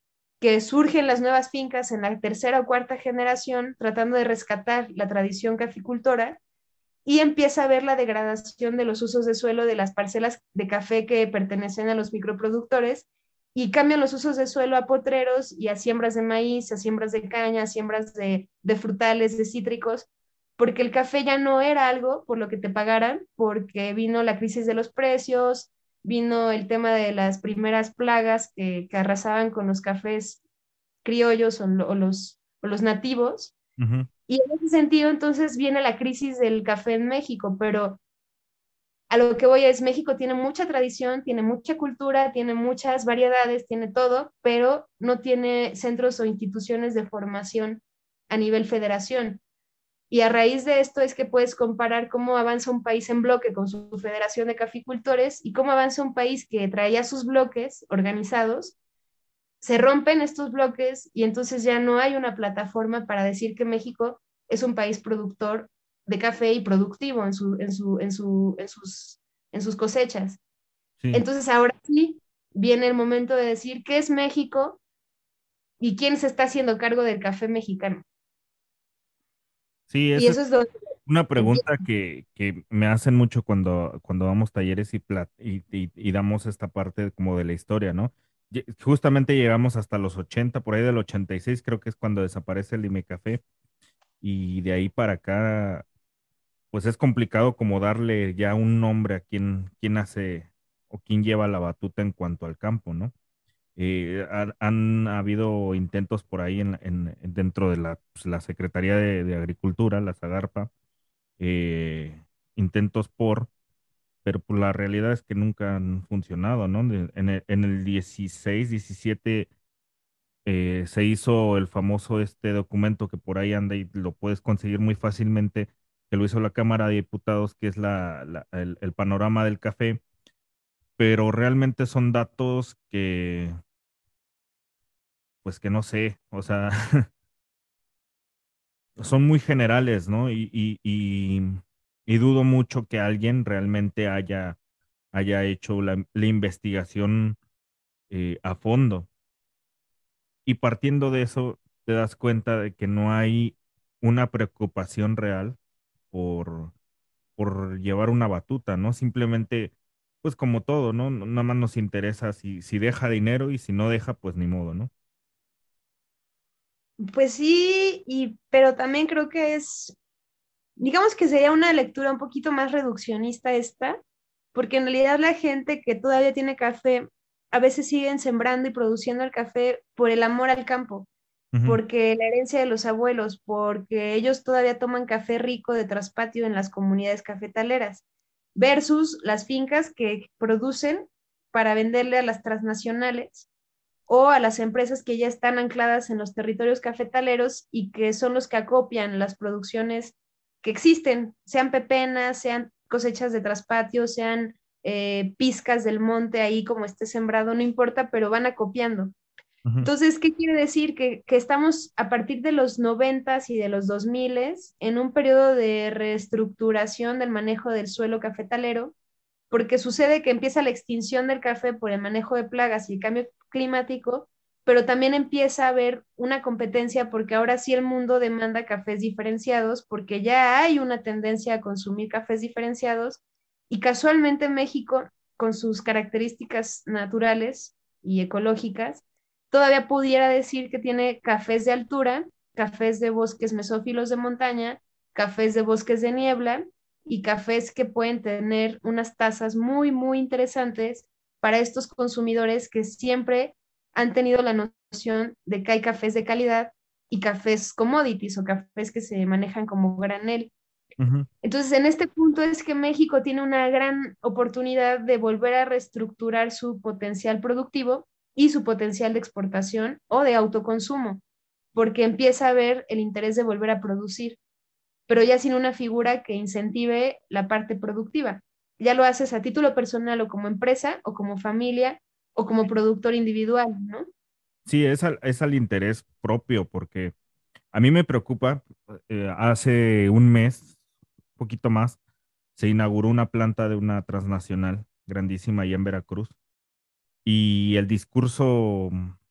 que surgen las nuevas fincas en la tercera o cuarta generación tratando de rescatar la tradición caficultora y empieza a ver la degradación de los usos de suelo de las parcelas de café que pertenecen a los microproductores y cambian los usos de suelo a potreros y a siembras de maíz, a siembras de caña, a siembras de, de frutales, de cítricos, porque el café ya no era algo por lo que te pagaran, porque vino la crisis de los precios, vino el tema de las primeras plagas que, que arrasaban con los cafés criollos o, o los, o los nativos. Ujú. Y en ese sentido, entonces viene la crisis del café en México, pero a lo que voy es, México tiene mucha tradición, tiene mucha cultura, tiene muchas variedades, tiene todo, pero no tiene centros o instituciones de formación a nivel federación. Y a raíz de esto es que puedes comparar cómo avanza un país en bloque con su federación de caficultores y cómo avanza un país que traía sus bloques organizados, se rompen estos bloques y entonces ya no hay una plataforma para decir que México es un país productor de café y productivo en, su, en, su, en, su, en, sus, en sus cosechas. Sí, Entonces ahora sí viene el momento de decir qué es México y quién se está haciendo cargo del café mexicano. sí, Y esa es eso es donde una empieza. pregunta que, que me hacen mucho cuando, cuando damos talleres y, plat- y, y- y damos esta parte como de la historia, ¿no? Lle- Justamente llegamos hasta los ochenta, por ahí del ochenta y seis creo que es cuando desaparece el Ime Café, y de ahí para acá, pues es complicado como darle ya un nombre a quién, quién hace o quién lleva la batuta en cuanto al campo, ¿no? Eh, han, han habido intentos por ahí en, en- dentro de la, pues, la Secretaría de, de Agricultura, la SAGARPA, eh, intentos por, pero pues la realidad es que nunca han funcionado, ¿no? De- en el, en el dieciséis, diecisiete eh, se hizo el famoso este documento que por ahí anda y lo puedes conseguir muy fácilmente, que lo hizo la Cámara de Diputados, que es la, la- el, el panorama del café, pero realmente son datos que, pues que no sé, o sea, son muy generales, ¿no? Y, y, y, y dudo mucho que alguien realmente haya, haya hecho la, la investigación eh, a fondo. Y partiendo de eso, te das cuenta de que no hay una preocupación real por, por llevar una batuta, ¿no? Simplemente, pues como todo, ¿no? No- Nada más nos interesa si, si deja dinero y si no deja, pues ni modo, ¿no? Pues sí, y, pero también creo que es, digamos que sería una lectura un poquito más reduccionista esta, porque en realidad la gente que todavía tiene café, a veces siguen sembrando y produciendo el café por el amor al campo, Ujú, porque la herencia de los abuelos, porque ellos todavía toman café rico de traspatio en las comunidades cafetaleras, versus las fincas que producen para venderle a las transnacionales o a las empresas que ya están ancladas en los territorios cafetaleros y que son los que acopian las producciones que existen, sean pepenas, sean cosechas de traspatio, sean eh, pizcas del monte ahí como esté sembrado, no importa, pero van acopiando. ujú, Entonces, ¿qué quiere decir? Que, que estamos a partir de los noventas y de los dos miles en un periodo de reestructuración del manejo del suelo cafetalero, porque sucede que empieza la extinción del café por el manejo de plagas y el cambio climático, pero también empieza a haber una competencia porque ahora sí el mundo demanda cafés diferenciados, porque ya hay una tendencia a consumir cafés diferenciados y casualmente México, con sus características naturales y ecológicas, todavía pudiera decir que tiene cafés de altura, cafés de bosques mesófilos de montaña, cafés de bosques de niebla y cafés que pueden tener unas tasas muy, muy interesantes para estos consumidores que siempre han tenido la noción de que hay cafés de calidad y cafés commodities o cafés que se manejan como granel. ujú. Entonces, en este punto es que México tiene una gran oportunidad de volver a reestructurar su potencial productivo y su potencial de exportación o de autoconsumo, porque empieza a haber el interés de volver a producir, pero ya sin una figura que incentive la parte productiva. Ya lo haces a título personal o como empresa o como familia o como productor individual, ¿no? Sí, es al, es al interés propio, porque a mí me preocupa, eh, hace un mes, poquito más, se inauguró una planta de una transnacional grandísima allá en Veracruz y el discurso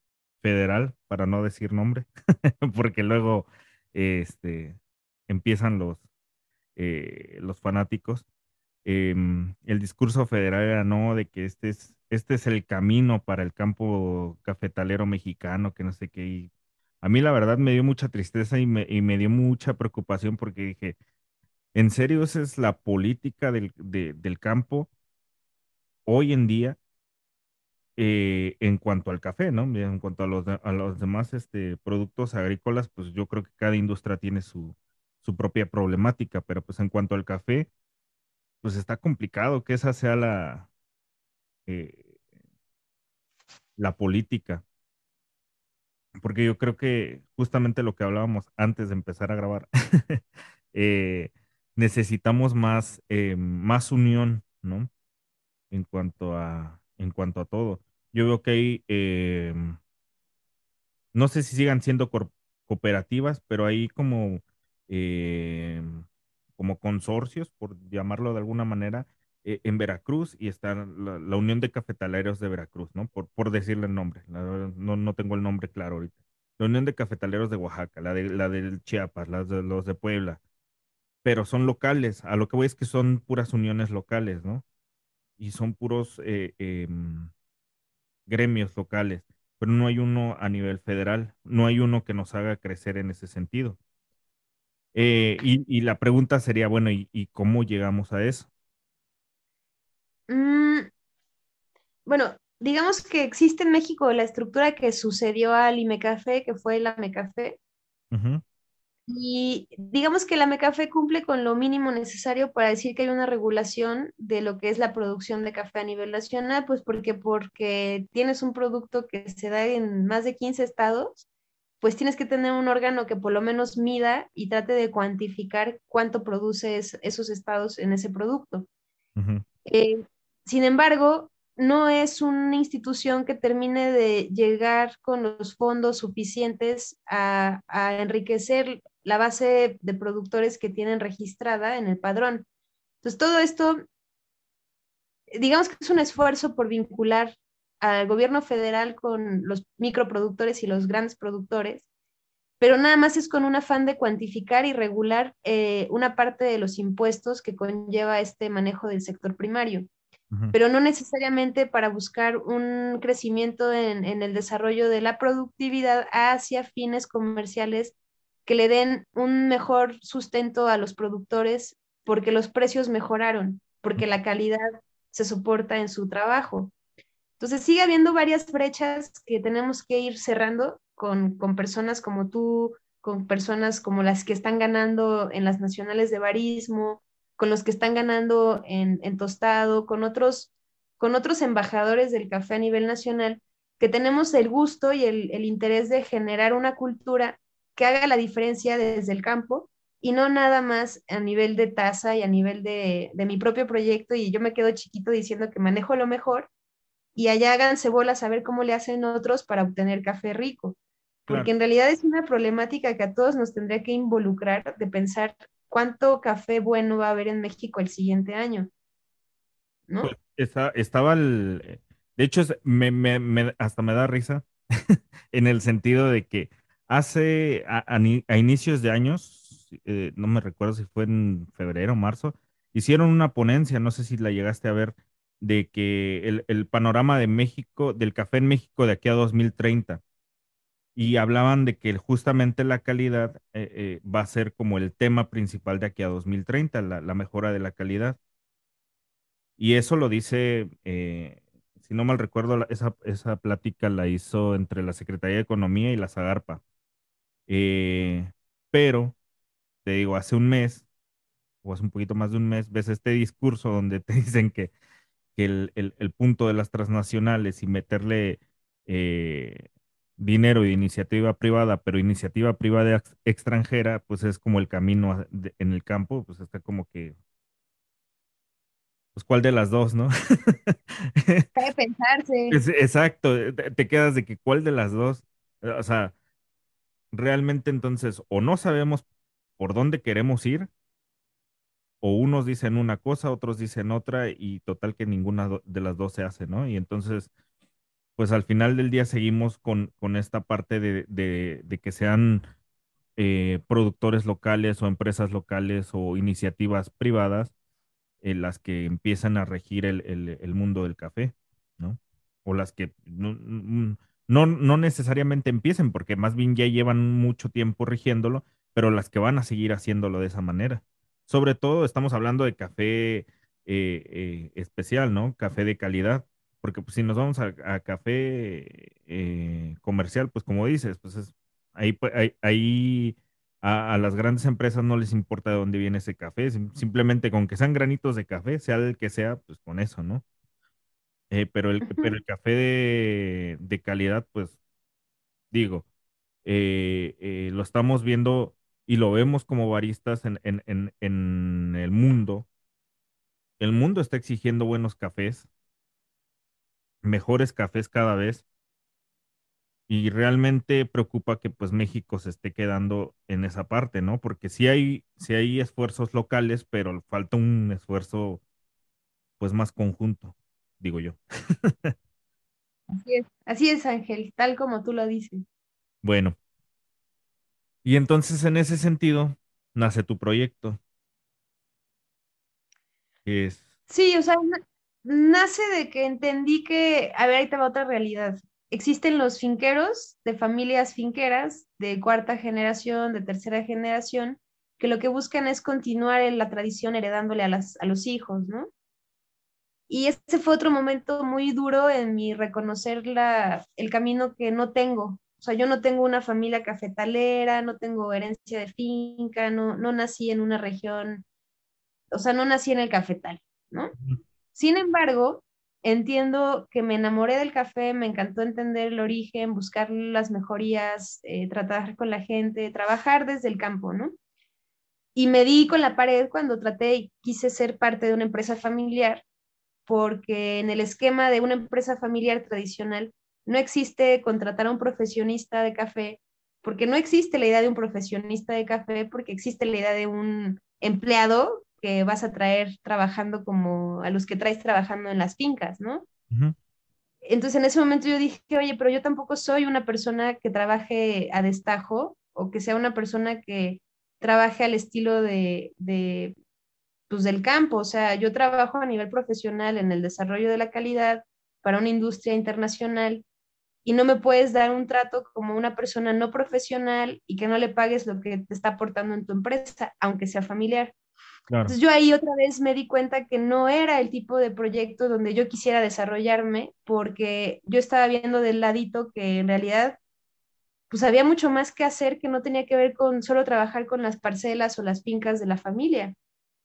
federal, para no decir nombre, porque luego este, empiezan los, eh, los fanáticos. Em, el discurso federal era no, de que este es, este es el camino para el campo cafetalero mexicano, que no sé qué. Y a mí la verdad me dio mucha tristeza y me, y me dio mucha preocupación porque dije, ¿en serio esa es la política del, de- del campo hoy en día eh, en cuanto al café, ¿no? En cuanto a los, de- a los demás este, productos agrícolas, pues yo creo que cada industria tiene su, su propia problemática, pero pues en cuanto al café, pues está complicado que esa sea la, eh, la política, porque yo creo que justamente lo que hablábamos antes de empezar a grabar, eh, necesitamos más, eh, más unión, ¿no? En cuanto a, en cuanto a todo. Yo veo que hay, eh, no sé si sigan siendo cor- cooperativas, pero hay como, eh, como consorcios, por llamarlo de alguna manera, eh, en Veracruz y está la, la Unión de Cafetaleros de Veracruz, ¿no? Por, por decirle el nombre. La verdad, no, no tengo el nombre claro ahorita. La Unión de Cafetaleros de Oaxaca, la de la del Chiapas, las de los de Puebla, pero son locales. A lo que voy es que son puras uniones locales, ¿no? Y son puros eh, em, gremios locales, pero no hay uno a nivel federal, no hay uno que nos haga crecer en ese sentido. Eh, y, y la pregunta sería, bueno, ¿y, y cómo llegamos a eso? Mm, bueno, digamos que existe en México la estructura que sucedió al IMECAFE, que fue el AMECAFE, Ujú, y digamos que la AMECAFE cumple con lo mínimo necesario para decir que hay una regulación de lo que es la producción de café a nivel nacional, pues porque, porque tienes un producto que se da en más de quince estados, pues tienes que tener un órgano que por lo menos mida y trate de cuantificar cuánto produce es- esos estados en ese producto. ujú, Eh, Sin embargo, no es una institución que termine de llegar con los fondos suficientes a, a enriquecer la base de productores que tienen registrada en el padrón. Entonces, todo esto, digamos que es un esfuerzo por vincular al gobierno federal con los microproductores y los grandes productores, pero nada más es con un afán de cuantificar y regular eh, una parte de los impuestos que conlleva este manejo del sector primario, ujú. pero no necesariamente para buscar un crecimiento en, en el desarrollo de la productividad hacia fines comerciales que le den un mejor sustento a los productores porque los precios mejoraron, porque la calidad se soporta en su trabajo. Entonces sigue habiendo varias brechas que tenemos que ir cerrando con, con personas como tú, con personas como las que están ganando en las nacionales de barismo, con los que están ganando en, en tostado, con otros, con otros embajadores del café a nivel nacional, que tenemos el gusto y el, el interés de generar una cultura que haga la diferencia desde el campo y no nada más a nivel de tasa y a nivel de, de mi propio proyecto y yo me quedo chiquito diciendo que manejo lo mejor y allá háganse bolas a ver cómo le hacen otros para obtener café rico, Claro, porque en realidad es una problemática que a todos nos tendría que involucrar de pensar cuánto café bueno va a haber en México el siguiente año, pues ¿no? está, estaba el... eh, De hecho, es- me, me- me- hasta me da risa en el sentido de que hace, a, a ni- a inicios de años, eh, no me recuerdo si fue en febrero o marzo, hicieron una ponencia, no sé si la llegaste a ver, de que el, el panorama de México, del café en México de aquí a dos mil treinta. Y hablaban de que justamente la calidad eh, eh, va a ser como el tema principal de aquí a dos mil treinta, la, la mejora de la calidad. Y eso lo dice, eh, si no mal recuerdo, la- esa, esa plática la hizo entre la Secretaría de Economía y la Zagarpa. Eh, pero, te digo, hace un mes, o hace un poquito más de un mes, ves este discurso donde te dicen que, que el, el- el punto de las transnacionales y meterle eh, dinero de iniciativa privada, pero iniciativa privada ex- extranjera, pues es como el camino a- de- en el campo, pues está como que, pues ¿cuál de las dos, no? Debe pensarse. Es- exacto, eh, te, te quedas de que cuál de las dos, Eh, o sea, realmente entonces o no sabemos por dónde queremos ir, o unos dicen una cosa, otros dicen otra, y total que ninguna do- de las dos se hace, ¿no? Y entonces pues al final del día seguimos con, con esta parte de, de- de que sean eh, productores locales o empresas locales o iniciativas privadas eh, las que empiezan a regir el, el- el mundo del café, ¿no? O las que no, no, no necesariamente empiecen, porque más bien ya llevan mucho tiempo rigiéndolo, pero las que van a seguir haciéndolo de esa manera. Sobre todo estamos hablando de café eh, eh, especial, ¿no? Café de calidad, porque pues, si nos vamos a, a café eh, comercial, pues como dices, pues es, ahí, pu- ahí, ahí a, a las grandes empresas no les importa de dónde viene ese café, sim- simplemente con que sean granitos de café, sea el que sea, pues con eso, ¿no? Eh, pero el, pero Ujú. el café de, de calidad, pues digo, eh, eh, lo estamos viendo y lo vemos como baristas en, en, en, en el mundo. El mundo está exigiendo buenos cafés, mejores cafés cada vez. Y realmente preocupa que pues México se esté quedando en esa parte, ¿no? Porque sí hay, sí hay esfuerzos locales, pero falta un esfuerzo pues más conjunto, digo yo. Así es, así es, Ángel, tal como tú lo dices. Bueno, y entonces en ese sentido nace tu proyecto, que es, Sí, o sea, na- nace de que entendí que, a ver, ahí te va otra realidad. Existen los finqueros de familias finqueras de cuarta generación, de tercera generación, que lo que buscan es continuar en la tradición heredándole a las, a los hijos, ¿no? Y ese fue otro momento muy duro en mi reconocer la, el camino que no tengo. O sea, yo no tengo una familia cafetalera, no tengo herencia de finca, no, no nací en una región, o sea, no nací en el cafetal, ¿no? Sin embargo, entiendo que me enamoré del café, me encantó entender el origen, buscar las mejorías, eh, tratar con la gente, trabajar desde el campo, ¿no? Y me di con la pared cuando traté y quise ser parte de una empresa familiar, porque en el esquema de una empresa familiar tradicional no existe contratar a un profesionista de café, porque no existe la idea de un profesionista de café, porque existe la idea de un empleado que vas a traer trabajando como a los que traes trabajando en las fincas, ¿no? ujú, Entonces en ese momento yo dije, oye, pero yo tampoco soy una persona que trabaje a destajo o que sea una persona que trabaje al estilo de, de pues, del campo. O sea, yo trabajo a nivel profesional en el desarrollo de la calidad para una industria internacional y no me puedes dar un trato como una persona no profesional y que no le pagues lo que te está aportando en tu empresa, aunque sea familiar. claro, Entonces yo ahí otra vez me di cuenta que no era el tipo de proyecto donde yo quisiera desarrollarme porque yo estaba viendo del ladito que en realidad pues había mucho más que hacer que no tenía que ver con solo trabajar con las parcelas o las fincas de la familia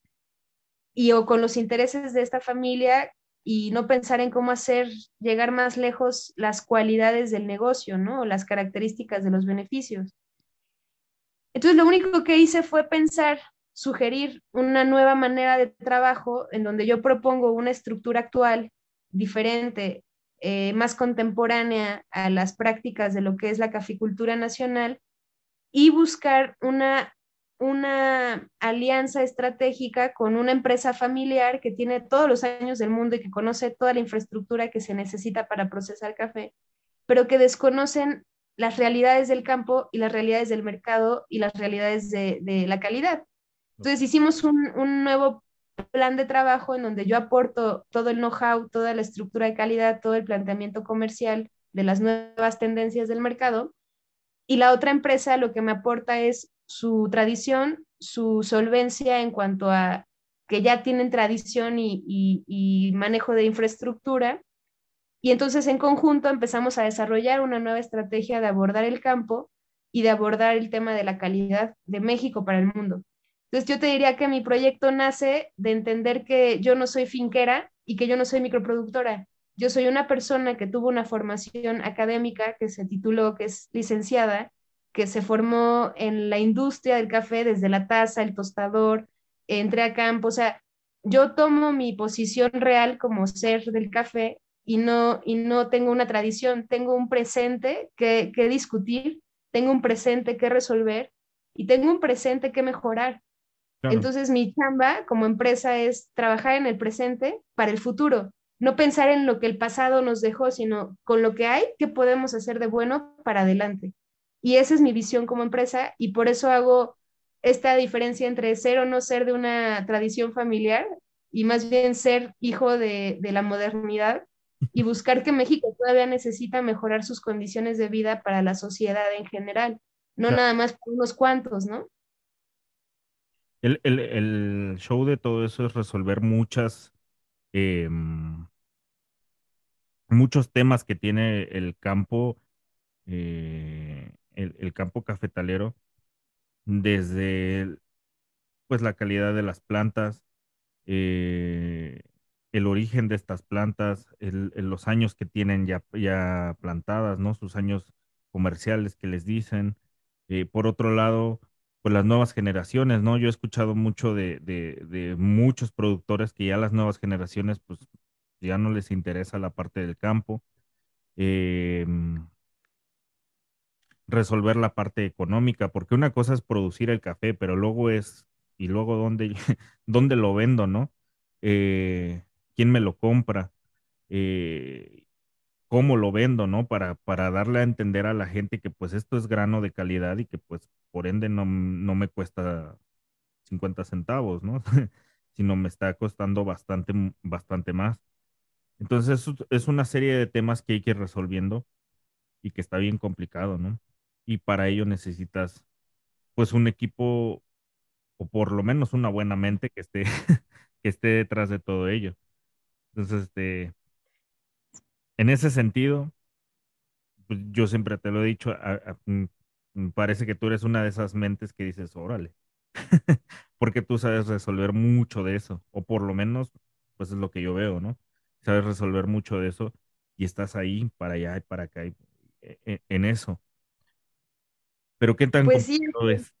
y o con los intereses de esta familia y no pensar en cómo hacer llegar más lejos las cualidades del negocio, ¿no? O las características de los beneficios. Entonces, lo único que hice fue pensar, sugerir una nueva manera de trabajo en donde yo propongo una estructura actual diferente, eh, más contemporánea a las prácticas de lo que es la caficultura nacional y buscar una, una alianza estratégica con una empresa familiar que tiene todos los años del mundo y que conoce toda la infraestructura que se necesita para procesar café, pero que desconocen las realidades del campo y las realidades del mercado y las realidades de, de la calidad. Entonces hicimos un, un nuevo plan de trabajo en donde yo aporto todo el know-how, toda la estructura de calidad, todo el planteamiento comercial de las nuevas tendencias del mercado y la otra empresa lo que me aporta es su tradición, su solvencia en cuanto a que ya tienen tradición y, y, y manejo de infraestructura. Y entonces en conjunto empezamos a desarrollar una nueva estrategia de abordar el campo y de abordar el tema de la calidad de México para el mundo. Entonces yo te diría que mi proyecto nace de entender que yo no soy finquera y que yo no soy microproductora. Yo soy una persona que tuvo una formación académica, que se tituló, que es licenciada, que se formó en la industria del café desde la taza, el tostador, entré a campo. O sea, yo tomo mi posición real como ser del café y no, y no tengo una tradición, tengo un presente que, que discutir, tengo un presente que resolver y tengo un presente que mejorar. claro. Entonces mi chamba como empresa es trabajar en el presente para el futuro. no pensar en lo que el pasado nos dejó, sino con lo que hay, qué podemos hacer de bueno para adelante. Y esa es mi visión como empresa y por eso hago esta diferencia entre ser o no ser de una tradición familiar y más bien ser hijo de, de la modernidad y buscar que México todavía necesita mejorar sus condiciones de vida para la sociedad en general, no Claro. nada más por unos cuantos, ¿no? El, el- el show de todo eso es resolver muchas, em, muchos temas que tiene el campo, eh, el, el campo cafetalero, desde el- pues la calidad de las plantas, eh, el origen de estas plantas, el- el- los años que tienen ya, ya plantadas, ¿no? Sus años comerciales que les dicen. Eh, por otro lado, pues las nuevas generaciones, ¿no? Yo he escuchado mucho de, de, de muchos productores que ya las nuevas generaciones, pues ya no les interesa la parte del campo. Eh, resolver la parte económica, porque una cosa es producir el café, pero luego es, y luego dónde, dónde lo vendo, ¿no? Eh, ¿quién me lo compra? Eh, ¿cómo lo vendo, ¿no? Para, para darle a entender a la gente que pues esto es grano de calidad y que pues por ende no, no me cuesta cincuenta centavos, ¿no? Sino me está costando bastante, bastante más. Entonces es, es una serie de temas que hay que ir resolviendo y que está bien complicado, ¿no? Y para ello necesitas pues un equipo o por lo menos una buena mente que esté que esté detrás de todo ello. Entonces, este, en ese sentido, pues, yo siempre te lo he dicho, a- a- mm, mm, parece que tú eres una de esas mentes que dices, órale, porque tú sabes resolver mucho de eso, o por lo menos, pues es lo que yo veo, ¿no? Sabes resolver mucho de eso y estás ahí para allá y para acá y- e- e- en eso. Pero ¿qué tan Pues sí, complicado es?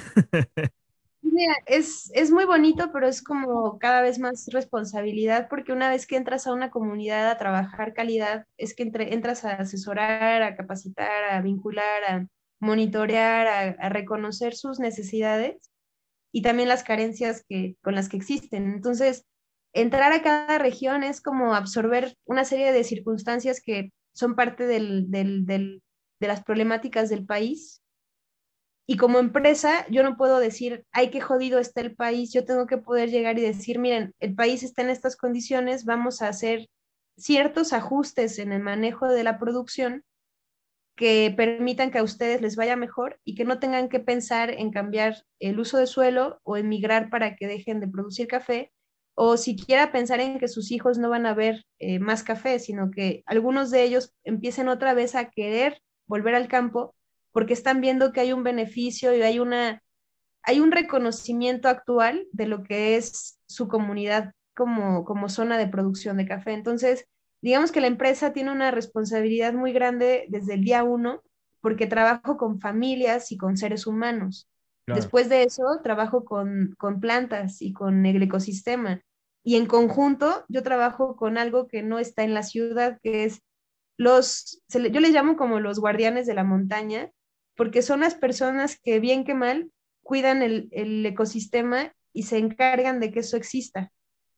mira, es, es muy bonito, pero es como cada vez más responsabilidad, porque una vez que entras a una comunidad a trabajar calidad, es que entre- entras a asesorar, a capacitar, a vincular, a monitorear, a, a reconocer sus necesidades y también las carencias que, con las que existen. Entonces, entrar a cada región es como absorber una serie de circunstancias que son parte del, del, del, de las problemáticas del país y como empresa, yo no puedo decir, ay, qué jodido está el país. Yo tengo que poder llegar y decir, miren, el país está en estas condiciones, vamos a hacer ciertos ajustes en el manejo de la producción que permitan que a ustedes les vaya mejor y que no tengan que pensar en cambiar el uso de suelo o en migrar para que dejen de producir café, o siquiera pensar en que sus hijos no van a ver eh, más café, sino que algunos de ellos empiecen otra vez a querer volver al campo porque están viendo que hay un beneficio y hay una hay un reconocimiento actual de lo que es su comunidad como, como zona de producción de café. Entonces, digamos que la empresa tiene una responsabilidad muy grande desde el día uno, porque trabajo con familias y con seres humanos. Claro, Después de eso, trabajo con, con plantas y con el ecosistema. Y en conjunto, yo trabajo con algo que no está en la ciudad, que es los, se le- yo les llamo como los guardianes de la montaña, porque son las personas que bien que mal cuidan el, el ecosistema y se encargan de que eso exista.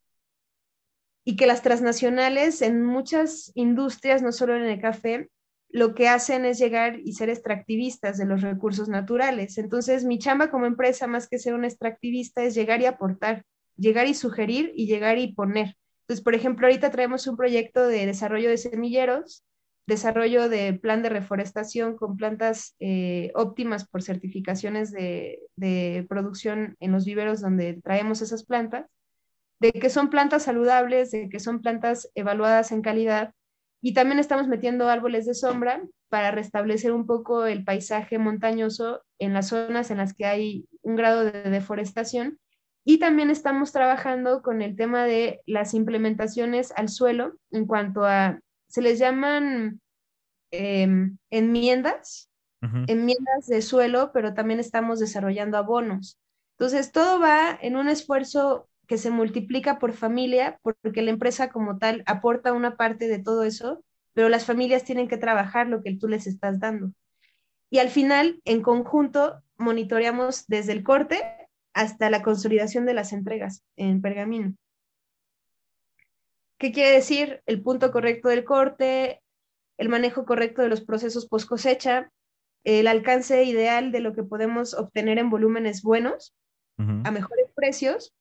Y que las transnacionales en muchas industrias, no solo en el café, lo que hacen es llegar y ser extractivistas de los recursos naturales. Entonces, mi chamba como empresa, más que ser un extractivista, es llegar y aportar, llegar y sugerir y llegar y poner. Entonces, por ejemplo, ahorita traemos un proyecto de desarrollo de semilleros, desarrollo de plan de reforestación con plantas eh, óptimas por certificaciones de, de producción en los viveros donde traemos esas plantas, de que son plantas saludables, de que son plantas evaluadas en calidad. Y también estamos metiendo árboles de sombra para restablecer un poco el paisaje montañoso en las zonas en las que hay un grado de deforestación. Y también estamos trabajando con el tema de las implementaciones al suelo en cuanto a, se les llaman eh, enmiendas, ujú, enmiendas de suelo, pero también estamos desarrollando abonos. Entonces, todo va en un esfuerzo que se multiplica por familia, porque la empresa como tal aporta una parte de todo eso, pero las familias tienen que trabajar lo que tú les estás dando. Y al final, en conjunto, monitoreamos desde el corte hasta la consolidación de las entregas en pergamino. ¿Qué quiere decir? El punto correcto del corte, el manejo correcto de los procesos post cosecha, el alcance ideal de lo que podemos obtener en volúmenes buenos Ujú. a mejores precios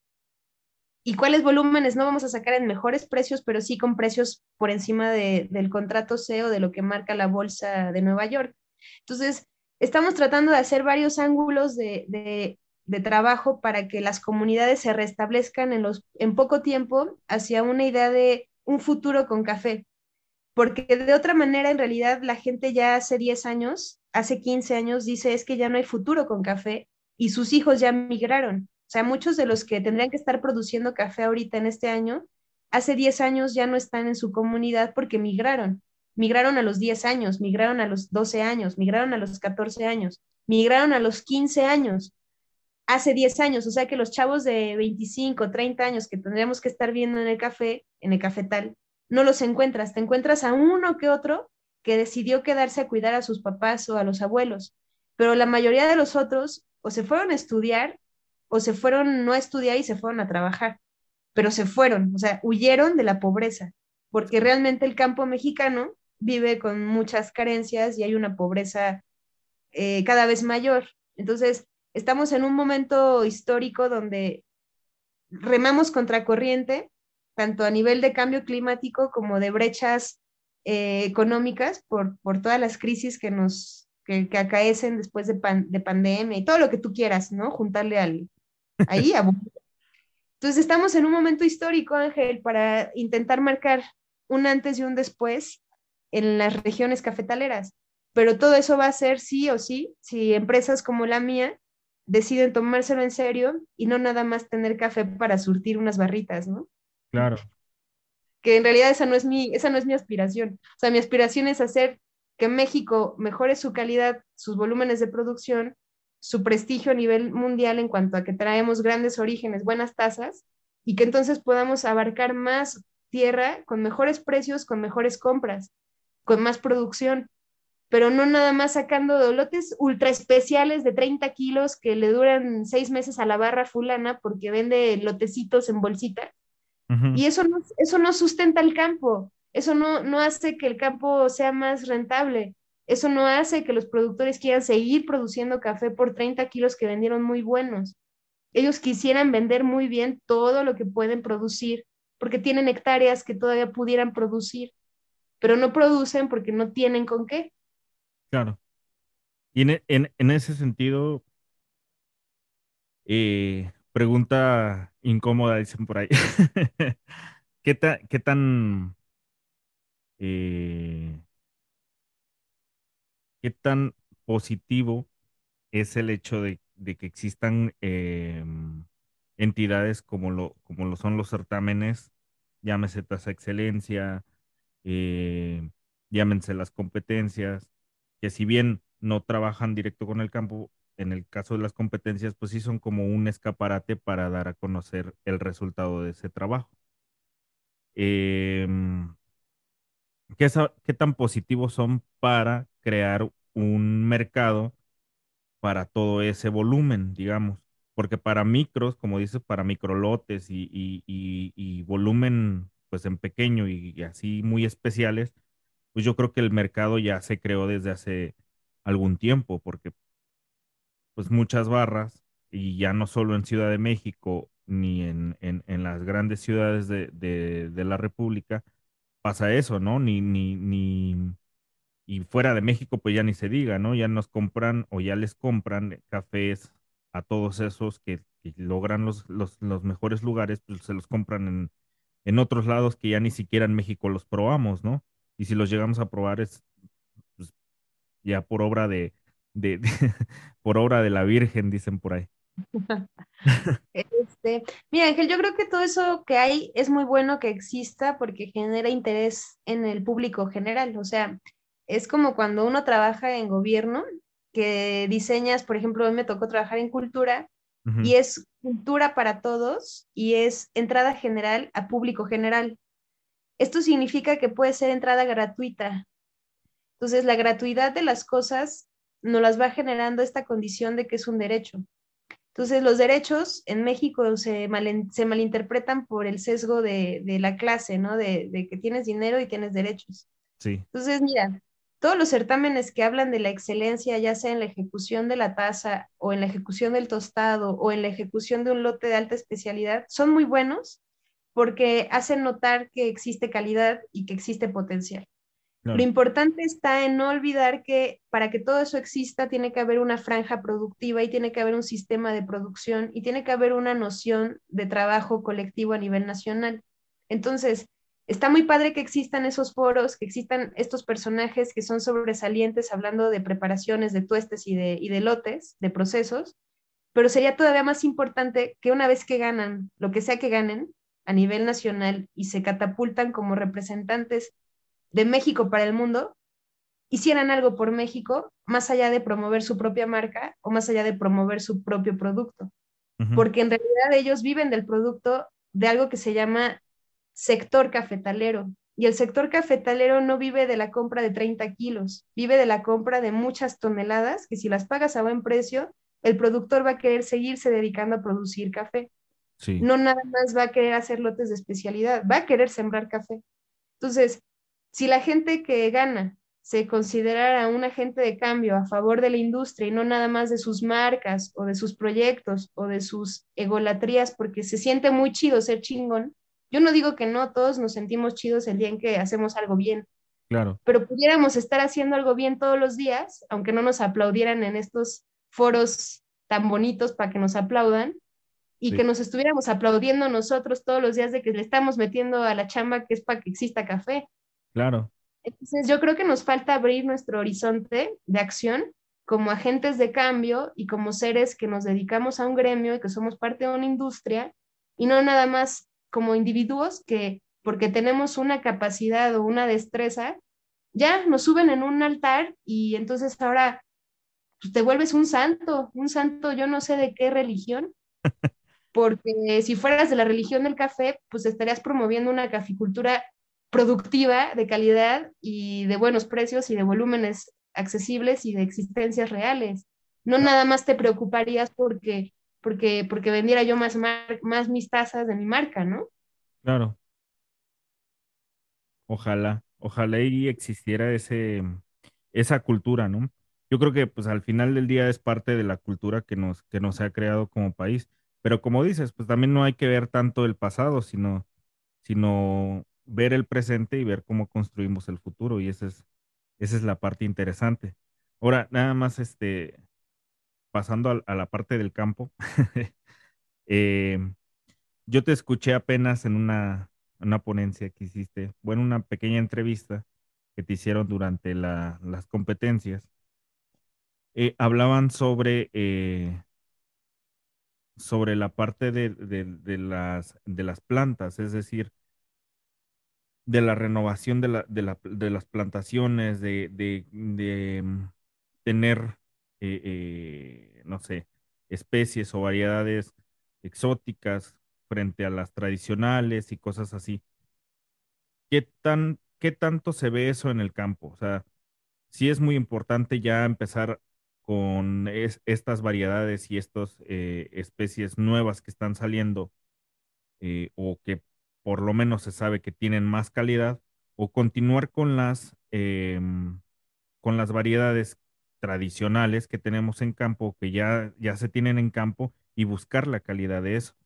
y cuáles volúmenes no vamos a sacar en mejores precios, pero sí con precios por encima de, del contrato C E O de lo que marca la bolsa de Nueva York. Entonces, estamos tratando de hacer varios ángulos de, de, de trabajo para que las comunidades se restablezcan en, los, en poco tiempo hacia una idea de un futuro con café. Porque de otra manera, en realidad, la gente ya hace diez años, hace quince años, dice es que ya no hay futuro con café y sus hijos ya migraron. O sea, muchos de los que tendrían que estar produciendo café ahorita en este año, hace diez años ya no están en su comunidad porque migraron. Migraron a los diez años, migraron a los doce años, migraron a los catorce años, migraron a los quince años, hace diez años. O sea que los chavos de veinticinco, treinta años que tendríamos que estar viendo en el café, en el cafetal, no los encuentras. Te encuentras a uno que otro que decidió quedarse a cuidar a sus papás o a los abuelos, pero la mayoría de los otros o se fueron a estudiar o se fueron no a estudiar y se fueron a trabajar, pero se fueron, o sea, huyeron de la pobreza, porque realmente el campo mexicano vive con muchas carencias y hay una pobreza eh, cada vez mayor. Entonces, estamos en un momento histórico donde remamos contracorriente, tanto a nivel de cambio climático como de brechas eh, económicas por, por todas las crisis que nos que, que acaecen después de, pan, de pandemia y todo lo que tú quieras, ¿no? Juntarle al, ahí. A... Entonces estamos en un momento histórico, Ángel, para intentar marcar un antes y un después en las regiones cafetaleras. Pero todo eso va a ser sí o sí si empresas como la mía deciden tomárselo en serio y no nada más tener café para surtir unas barritas, ¿no? Claro, Que en realidad esa no es mi, esa no es mi aspiración. O sea, mi aspiración es hacer que México mejore su calidad, sus volúmenes de producción, su prestigio a nivel mundial en cuanto a que traemos grandes orígenes, buenas tasas, y que entonces podamos abarcar más tierra con mejores precios, con mejores compras, con más producción, pero no nada más sacando lotes ultra especiales de treinta kilos que le duran seis meses a la barra fulana porque vende lotecitos en bolsita. ujú, Y eso no, eso no sustenta el campo, eso no, no hace que el campo sea más rentable, eso no hace que los productores quieran seguir produciendo café por treinta kilos que vendieron muy buenos. Ellos quisieran vender muy bien todo lo que pueden producir, porque tienen hectáreas que todavía pudieran producir, pero no producen porque no tienen con qué. claro. Y en, e- en, en ese sentido, eh, pregunta incómoda, dicen por ahí. ¿Qué, ta- qué tan, eh, qué tan positivo es el hecho de, de que existan em, entidades como lo, como lo son los certámenes, llámese Tasa Excelencia, eh, llámense las competencias, que si bien no trabajan directo con el campo, en el caso de las competencias, pues sí son como un escaparate para dar a conocer el resultado de ese trabajo. Em, ¿qué, sa- qué tan positivos son para crear un mercado para todo ese volumen, digamos? Porque para micros, como dices, para microlotes y, y, y, y volumen, pues en pequeño y, y así muy especiales, pues yo creo que el mercado ya se creó desde hace algún tiempo, porque pues muchas barras, y ya no solo en Ciudad de México ni en, en, en las grandes ciudades de, de, de la República, pasa eso, ¿no? Ni, ni, ni, y fuera de México, pues ya ni se diga, ¿no? Ya nos compran o ya les compran cafés a todos esos que, que logran los, los, los mejores lugares, pues se los compran en, en otros lados que ya ni siquiera en México los probamos, ¿no? Y si los llegamos a probar es pues, ya por obra de, de, de- por obra de la Virgen, dicen por ahí. Este, mira, Ángel, yo creo que todo eso que hay es muy bueno que exista porque genera interés en el público general. O sea, es como cuando uno trabaja en gobierno, que diseñas, por ejemplo, a mí me tocó trabajar en cultura Ujú, y es cultura para todos y es entrada general a público general. Esto significa que puede ser entrada gratuita. Entonces, la gratuidad de las cosas nos las va generando esta condición de que es un derecho. Entonces, los derechos en México se, mal, se malinterpretan por el sesgo de, de la clase, ¿no? De, de que tienes dinero y tienes derechos. Sí, Entonces, mira, todos los certámenes que hablan de la excelencia, ya sea en la ejecución de la taza o en la ejecución del tostado o en la ejecución de un lote de alta especialidad, son muy buenos porque hacen notar que existe calidad y que existe potencial. Lo claro. importante está en no olvidar que para que todo eso exista tiene que haber una franja productiva y tiene que haber un sistema de producción y tiene que haber una noción de trabajo colectivo a nivel nacional. Entonces, está muy padre que existan esos foros, que existan estos personajes que son sobresalientes hablando de preparaciones, de tuestes y de, y de lotes, de procesos, pero sería todavía más importante que una vez que ganan, lo que sea que ganen a nivel nacional y se catapultan como representantes de México para el mundo, hicieran algo por México, más allá de promover su propia marca o más allá de promover su propio producto, Ujú. porque en realidad ellos viven del producto de algo que se llama sector cafetalero. Y el sector cafetalero no vive de la compra de treinta kilos, vive de la compra de muchas toneladas que si las pagas a buen precio, el productor va a querer seguirse dedicando a producir café. Sí, No nada más va a querer hacer lotes de especialidad, va a querer sembrar café. Entonces, si la gente que gana se considerara un agente de cambio a favor de la industria y no nada más de sus marcas o de sus proyectos o de sus egolatrías, porque se siente muy chido ser chingón, yo no digo que no, todos nos sentimos chidos el día en que hacemos algo bien, claro. pero pudiéramos estar haciendo algo bien todos los días, aunque no nos aplaudieran en estos foros tan bonitos para que nos aplaudan, y Sí, que nos estuviéramos aplaudiendo nosotros todos los días de que le estamos metiendo a la chamba que es para que exista café. claro. Entonces, yo creo que nos falta abrir nuestro horizonte de acción como agentes de cambio y como seres que nos dedicamos a un gremio y que somos parte de una industria y no nada más como individuos que porque tenemos una capacidad o una destreza, ya nos suben en un altar y entonces ahora pues, te vuelves un santo, un santo yo no sé de qué religión, porque si fueras de la religión del café, pues estarías promoviendo una caficultura productiva, de calidad y de buenos precios y de volúmenes accesibles y de existencias reales. No nada más te preocuparías porque, porque, porque vendiera yo más, mar- más mis tazas de mi marca, ¿no? Claro. Ojalá, ojalá y existiera ese, esa cultura, ¿no? Yo creo que pues al final del día es parte de la cultura que nos, que nos ha creado como país. Pero como dices, pues también no hay que ver tanto el pasado, sino, sino ver el presente y ver cómo construimos el futuro. Y esa es, esa es la parte interesante. Ahora, nada más este, pasando al- a, la parte del campo. eh, yo te escuché apenas en una, una ponencia que hiciste, bueno, una pequeña entrevista que te hicieron durante la- las competencias. Eh, hablaban sobre, eh, sobre la parte de, de- de las, de las plantas, es decir, de la renovación de, la, de, la- de las plantaciones, de, de- de, mm, tener, eh, eh, no sé, especies o variedades exóticas frente a las tradicionales y cosas así. ¿Qué tan, qué tanto se ve eso en el campo? O sea, sí es muy importante ya empezar con es- estas variedades y estas especies nuevas que están saliendo, eh, o que por lo menos se sabe que tienen más calidad, o continuar con las, em, con las variedades tradicionales que tenemos en campo, que ya, ya se tienen en campo, y buscar la calidad de eso.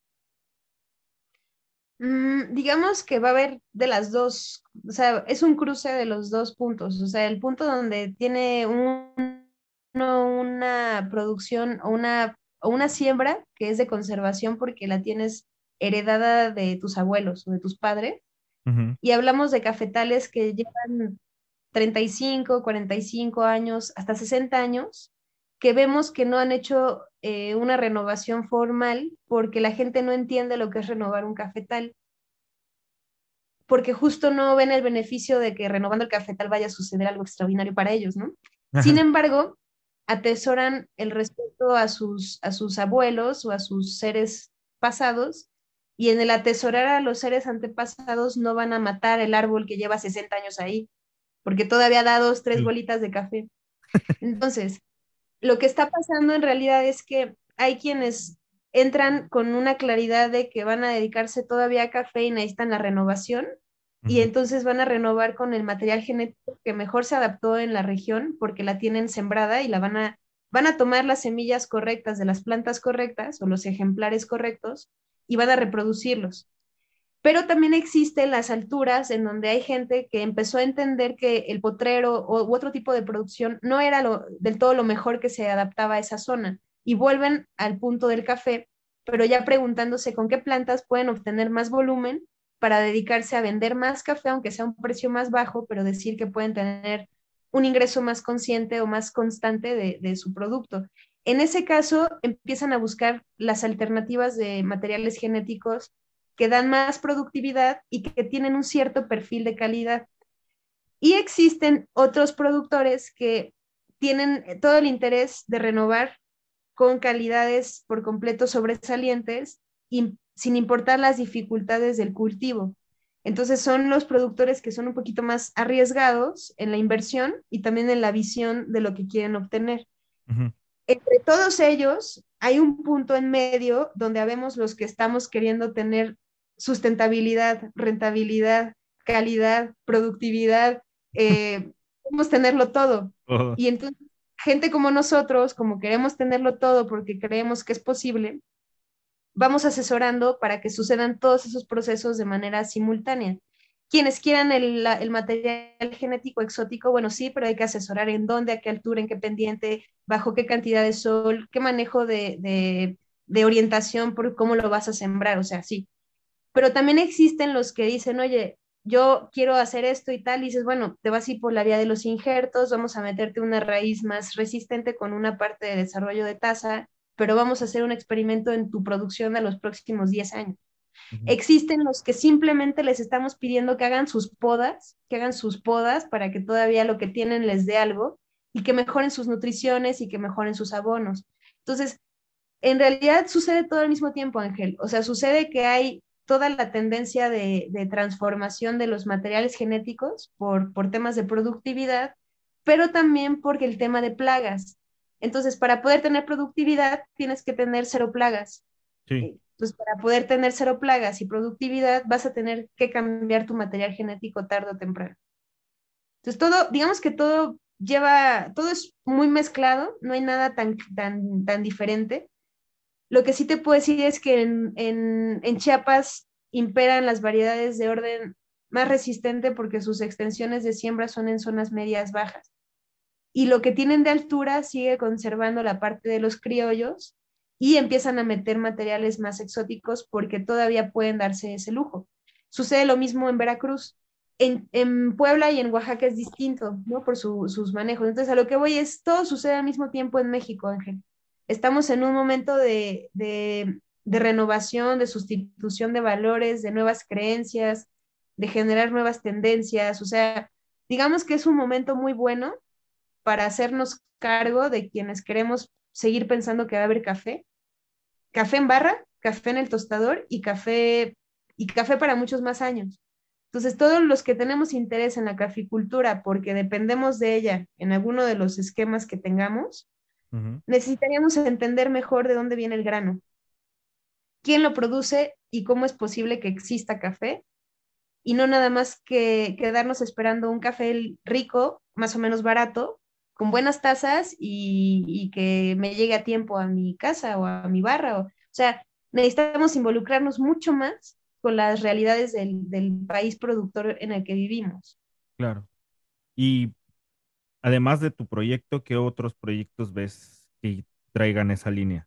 Mm, digamos que va a haber de las dos, o sea, es un cruce de los dos puntos, o sea, el punto donde tiene un, uno una producción o una, o una siembra que es de conservación porque la tienes heredada de tus abuelos o de tus padres, Ujú, y hablamos de cafetales que llevan treinta y cinco, cuarenta y cinco años, hasta sesenta años, que vemos que no han hecho eh, una renovación formal porque la gente no entiende lo que es renovar un cafetal porque justo no ven el beneficio de que renovando el cafetal vaya a suceder algo extraordinario para ellos, ¿no? Sin ajá, embargo, atesoran el respeto a sus, a sus abuelos o a sus seres pasados, y en el atesorar a los seres antepasados no van a matar el árbol que lleva sesenta años ahí, porque todavía da dos, tres sí, bolitas de café. Entonces, lo que está pasando en realidad es que hay quienes entran con una claridad de que van a dedicarse todavía a café y necesitan la renovación, y Ujú, entonces van a renovar con el material genético que mejor se adaptó en la región porque la tienen sembrada y la van a, van a tomar las semillas correctas de las plantas correctas o los ejemplares correctos y van a reproducirlos. Pero también existen las alturas en donde hay gente que empezó a entender que el potrero o, u otro tipo de producción no era lo, del todo lo mejor que se adaptaba a esa zona y vuelven al punto del café, pero ya preguntándose con qué plantas pueden obtener más volumen para dedicarse a vender más café, aunque sea un precio más bajo, pero decir que pueden tener un ingreso más consciente o más constante de, de su producto. En ese caso, empiezan a buscar las alternativas de materiales genéticos que dan más productividad y que tienen un cierto perfil de calidad. Y existen otros productores que tienen todo el interés de renovar con calidades por completo sobresalientes y sin importar las dificultades del cultivo. Entonces son los productores que son un poquito más arriesgados en la inversión y también en la visión de lo que quieren obtener. ujú. Entre todos ellos hay un punto en medio donde habemos los que estamos queriendo tener sustentabilidad, rentabilidad, calidad, productividad, eh, queremos tenerlo todo. Todo. Y entonces, gente como nosotros, como queremos tenerlo todo porque creemos que es posible, vamos asesorando para que sucedan todos esos procesos de manera simultánea. Quienes quieran el, la, el, material genético exótico, bueno, sí, pero hay que asesorar en dónde, a qué altura, en qué pendiente, bajo qué cantidad de sol, qué manejo de, de, de orientación por cómo lo vas a sembrar, o sea, sí. Pero también existen los que dicen, oye, yo quiero hacer esto y tal, y dices, bueno, te vas a ir por la vía de los injertos, vamos a meterte una raíz más resistente con una parte de desarrollo de tasa, pero vamos a hacer un experimento en tu producción a los próximos diez años. Ujú. Existen los que simplemente les estamos pidiendo que hagan sus podas, que hagan sus podas para que todavía lo que tienen les dé algo y que mejoren sus nutriciones y que mejoren sus abonos. Entonces, en realidad sucede todo al mismo tiempo, Ángel. O sea, sucede que hay toda la tendencia de, de transformación de los materiales genéticos por, por temas de productividad, pero también porque el tema de plagas. Entonces, para poder tener productividad, tienes que tener cero plagas. Sí, Entonces, para poder tener cero plagas y productividad, vas a tener que cambiar tu material genético tarde o temprano. Entonces, todo, digamos que todo lleva, todo es muy mezclado, no hay nada tan, tan, tan diferente. Lo que sí te puedo decir es que en, en, en Chiapas imperan las variedades de orden más resistente porque sus extensiones de siembra son en zonas medias bajas. Y lo que tienen de altura sigue conservando la parte de los criollos y empiezan a meter materiales más exóticos porque todavía pueden darse ese lujo. Sucede lo mismo en Veracruz. En, en Puebla y en Oaxaca es distinto, ¿no? Por su, sus manejos. Entonces, a lo que voy es, todo sucede al mismo tiempo en México, Ángel. Estamos en un momento de, de, de renovación, de sustitución de valores, de nuevas creencias, de generar nuevas tendencias. O sea, digamos que es un momento muy bueno para hacernos cargo de quienes queremos seguir pensando que va a haber café, café en barra, café en el tostador y café, y café para muchos más años. Entonces, todos los que tenemos interés en la caficultura porque dependemos de ella en alguno de los esquemas que tengamos, ujú, necesitaríamos entender mejor de dónde viene el grano, quién lo produce y cómo es posible que exista café y no nada más que quedarnos esperando un café rico, más o menos barato, con buenas tazas y, y que me llegue a tiempo a mi casa o a mi barra. O, o sea, necesitamos involucrarnos mucho más con las realidades del, del país productor en el que vivimos. claro. Y además de tu proyecto, ¿qué otros proyectos ves que traigan esa línea?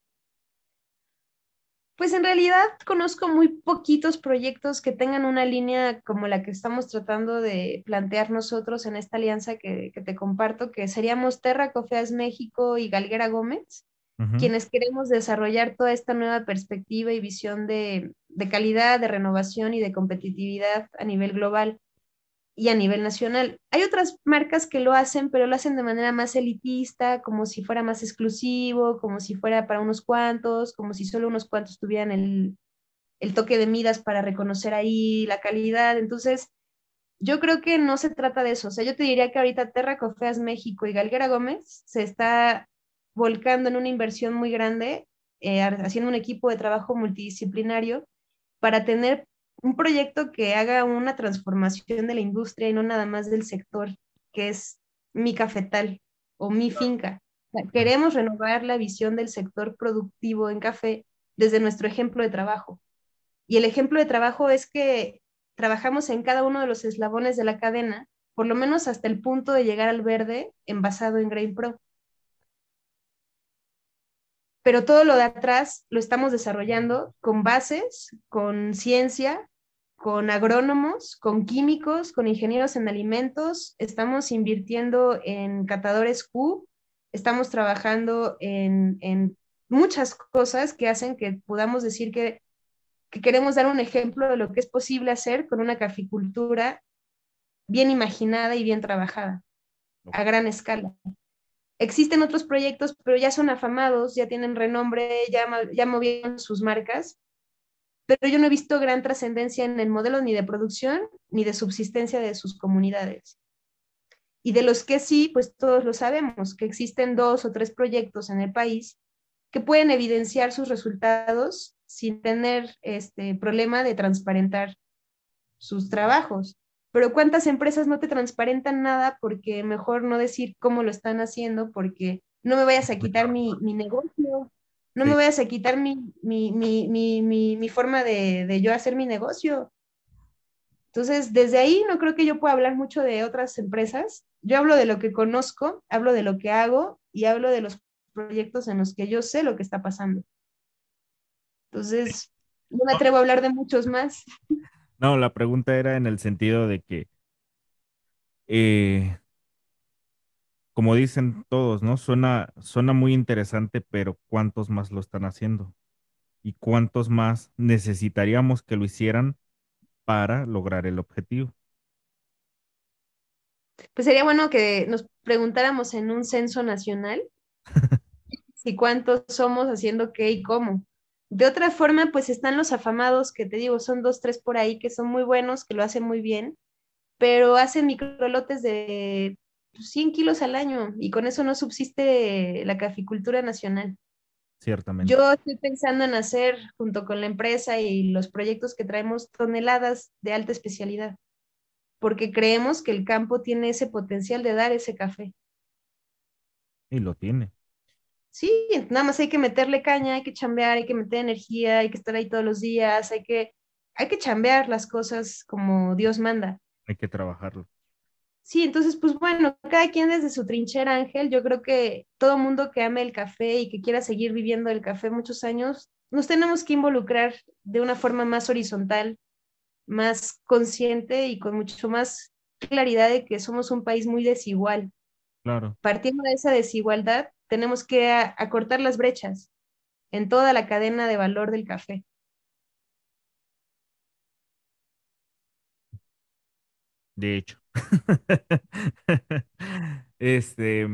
Pues en realidad conozco muy poquitos proyectos que tengan una línea como la que estamos tratando de plantear nosotros en esta alianza que, que te comparto, que seríamos Terra Cofeas México y Galguera Gómez, Ujú, quienes queremos desarrollar toda esta nueva perspectiva y visión de, de calidad, de renovación y de competitividad a nivel global y a nivel nacional. Hay otras marcas que lo hacen, pero lo hacen de manera más elitista, como si fuera más exclusivo, como si fuera para unos cuantos, como si solo unos cuantos tuvieran el, el toque de miras para reconocer ahí la calidad. Entonces, yo creo que no se trata de eso. O sea, yo te diría que ahorita Terra Cofeas México y Galguera Gómez se está volcando en una inversión muy grande, eh, haciendo un equipo de trabajo multidisciplinario para tener un proyecto que haga una transformación de la industria y no nada más del sector, que es mi cafetal o mi finca. O sea, queremos renovar la visión del sector productivo en café desde nuestro ejemplo de trabajo. Y el ejemplo de trabajo es que trabajamos en cada uno de los eslabones de la cadena, por lo menos hasta el punto de llegar al verde envasado en Grain Pro. Pero todo lo de atrás lo estamos desarrollando con bases, con ciencia, con agrónomos, con químicos, con ingenieros en alimentos, estamos invirtiendo en catadores Q, estamos trabajando en, en muchas cosas que hacen que podamos decir que, que queremos dar un ejemplo de lo que es posible hacer con una caficultura bien imaginada y bien trabajada Ok. a gran escala. Existen otros proyectos, pero ya son afamados, ya tienen renombre, ya, ya movieron sus marcas, pero yo no he visto gran trascendencia en el modelo ni de producción ni de subsistencia de sus comunidades. Y de los que sí, pues todos lo sabemos, que existen dos o tres proyectos en el país que pueden evidenciar sus resultados sin tener este problema de transparentar sus trabajos. Pero ¿cuántas empresas no te transparentan nada porque mejor no decir cómo lo están haciendo porque no me vayas a quitar mi, mi negocio, no me Sí, vayas a quitar mi, mi, mi, mi, mi, mi forma de, de yo hacer mi negocio? Entonces, desde ahí no creo que yo pueda hablar mucho de otras empresas. Yo hablo de lo que conozco, hablo de lo que hago y hablo de los proyectos en los que yo sé lo que está pasando. sí. Entonces, no me No, atrevo a hablar de muchos más. no, la pregunta era en el sentido de que, eh, como dicen todos, ¿no? Suena, suena muy interesante, pero ¿cuántos más lo están haciendo? ¿Y cuántos más necesitaríamos que lo hicieran para lograr el objetivo? Pues sería bueno que nos preguntáramos en un censo nacional si cuántos somos haciendo qué y cómo. De otra forma, pues están los afamados, que te digo, son dos, tres por ahí, que son muy buenos, que lo hacen muy bien, pero hacen microlotes de pues, cien kilos al año y con eso no subsiste la caficultura nacional. Ciertamente. Yo estoy pensando en hacer, junto con la empresa y los proyectos que traemos, toneladas de alta especialidad, porque creemos que el campo tiene ese potencial de dar ese café. Y lo tiene. Sí, nada más hay que meterle caña, hay que chambear, hay que meter energía, hay que estar ahí todos los días, hay que, hay que chambear las cosas como Dios manda. Hay que trabajarlo. Sí, entonces, pues bueno, cada quien desde su trinchera, Ángel, yo creo que todo mundo que ame el café y que quiera seguir viviendo el café muchos años, nos tenemos que involucrar de una forma más horizontal, más consciente y con mucho más claridad de que somos un país muy desigual. Claro. Partiendo de esa desigualdad, tenemos que a- acortar las brechas en toda la cadena de valor del café. De hecho. Este,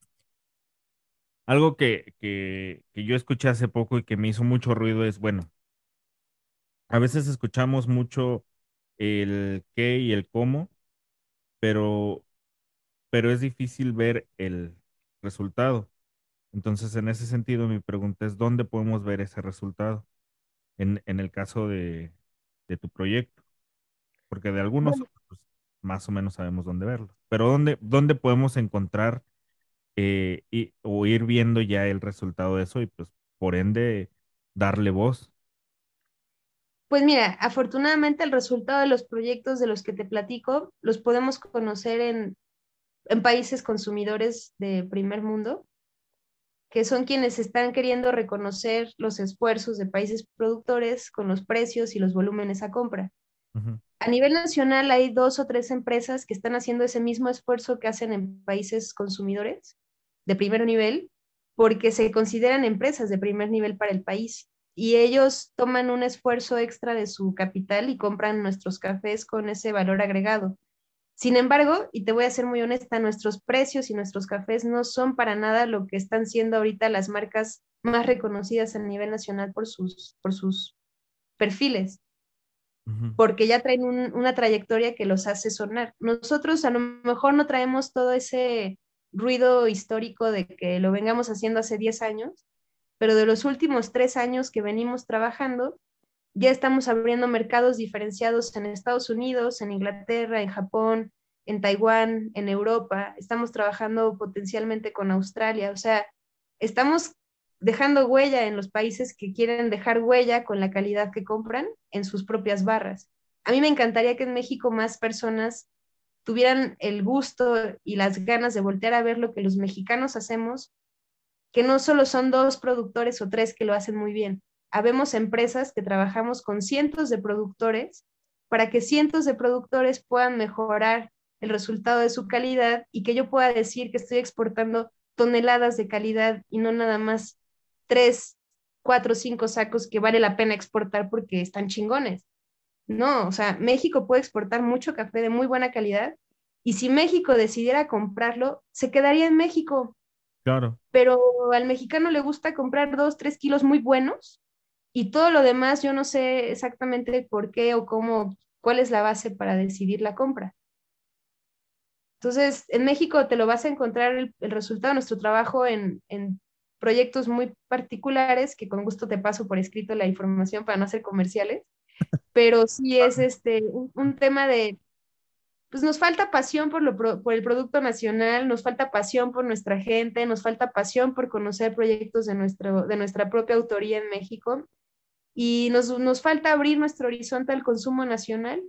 algo que, que, que yo escuché hace poco y que me hizo mucho ruido es, bueno, a veces escuchamos mucho el qué y el cómo, pero, pero es difícil ver el resultado. Entonces, en ese sentido, mi pregunta es, ¿dónde podemos ver ese resultado? En, en el caso de, de tu proyecto, porque de algunos Bueno, otros, pues, más o menos sabemos dónde verlos. Pero ¿dónde, dónde podemos encontrar eh, y, o ir viendo ya el resultado de eso y pues por ende darle voz? pues mira, afortunadamente el resultado de los proyectos de los que te platico los podemos conocer en, en países consumidores de primer mundo, que son quienes están queriendo reconocer los esfuerzos de países productores con los precios y los volúmenes a compra. Ujú, A nivel nacional hay dos o tres empresas que están haciendo ese mismo esfuerzo que hacen en países consumidores de primer nivel, porque se consideran empresas de primer nivel para el país. Y ellos toman un esfuerzo extra de su capital y compran nuestros cafés con ese valor agregado. Sin embargo, y te voy a ser muy honesta, nuestros precios y nuestros cafés no son para nada lo que están siendo ahorita las marcas más reconocidas a nivel nacional por sus, por sus perfiles, ujú. porque ya traen un, una trayectoria que los hace sonar. Nosotros a lo mejor no traemos todo ese, ruido histórico de que lo vengamos haciendo hace diez años, pero de los últimos tres años que venimos trabajando, ya estamos abriendo mercados diferenciados en Estados Unidos, en Inglaterra, en Japón, en Taiwán, en Europa. Estamos trabajando potencialmente con Australia. O sea, estamos dejando huella en los países que quieren dejar huella con la calidad que compran en sus propias barras. A mí me encantaría que en México más personas tuvieran el gusto y las ganas de voltear a ver lo que los mexicanos hacemos, que no solo son dos productores o tres que lo hacen muy bien. Habemos empresas que trabajamos con cientos de productores para que cientos de productores puedan mejorar el resultado de su calidad y que yo pueda decir que estoy exportando toneladas de calidad y no nada más tres, cuatro, cinco sacos que vale la pena exportar porque están chingones. No, o sea, México puede exportar mucho café de muy buena calidad y si México decidiera comprarlo, se quedaría en México, Claro, pero al mexicano le gusta comprar dos, tres kilos muy buenos y todo lo demás yo no sé exactamente por qué o cómo, cuál es la base para decidir la compra. Entonces, en México te lo vas a encontrar el, el resultado de nuestro trabajo en, en proyectos muy particulares, que con gusto te paso por escrito la información para no hacer comerciales, pero sí es este, un, un tema de pues nos falta pasión por, lo, pro- por el producto nacional, nos falta pasión por nuestra gente, nos falta pasión por conocer proyectos de, nuestro, de nuestra propia autoría en México y nos, nos falta abrir nuestro horizonte al consumo nacional,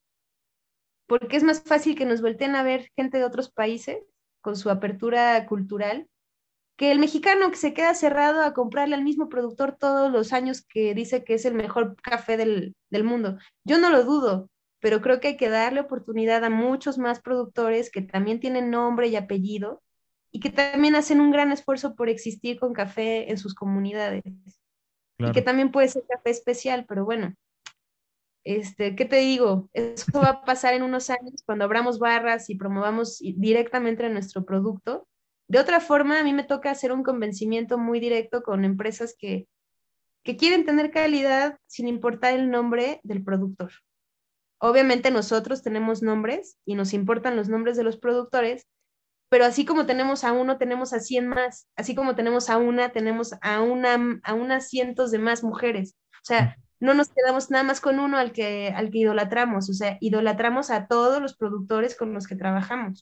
porque es más fácil que nos volteen a ver gente de otros países con su apertura cultural que el mexicano que se queda cerrado a comprarle al mismo productor todos los años que dice que es el mejor café del, del mundo. Yo no lo dudo, pero creo que hay que darle oportunidad a muchos más productores que también tienen nombre y apellido y que también hacen un gran esfuerzo por existir con café en sus comunidades y que claro. también puede ser café especial, pero bueno, este, ¿qué te digo? Eso va a pasar en unos años cuando abramos barras y promovamos i- directamente nuestro producto. De otra forma, a mí me toca hacer un convencimiento muy directo con empresas que, que quieren tener calidad sin importar el nombre del productor. Obviamente nosotros tenemos nombres y nos importan los nombres de los productores, pero así como tenemos a uno, tenemos a cien más, así como tenemos a una, tenemos a una, a unas cientos de más mujeres. O Mm. sea, no nos quedamos nada más con uno al que, al que idolatramos, o sea, idolatramos a todos los productores con los que trabajamos.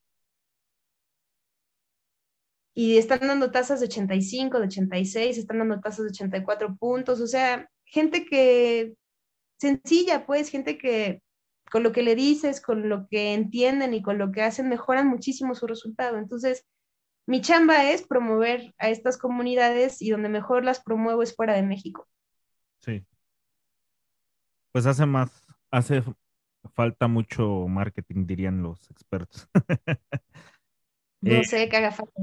Y están dando tasas de ochenta y cinco, de ochenta y seis, están dando tasas de ochenta y cuatro puntos, o sea, gente que sencilla, pues, gente que con lo que le dices, con lo que entienden y con lo que hacen, mejoran muchísimo su resultado. Entonces, mi chamba es promover a estas comunidades y donde mejor las promuevo es fuera de México. Sí, pues hace más, hace f- falta mucho marketing, dirían los expertos. No Eh, sé qué haga falta.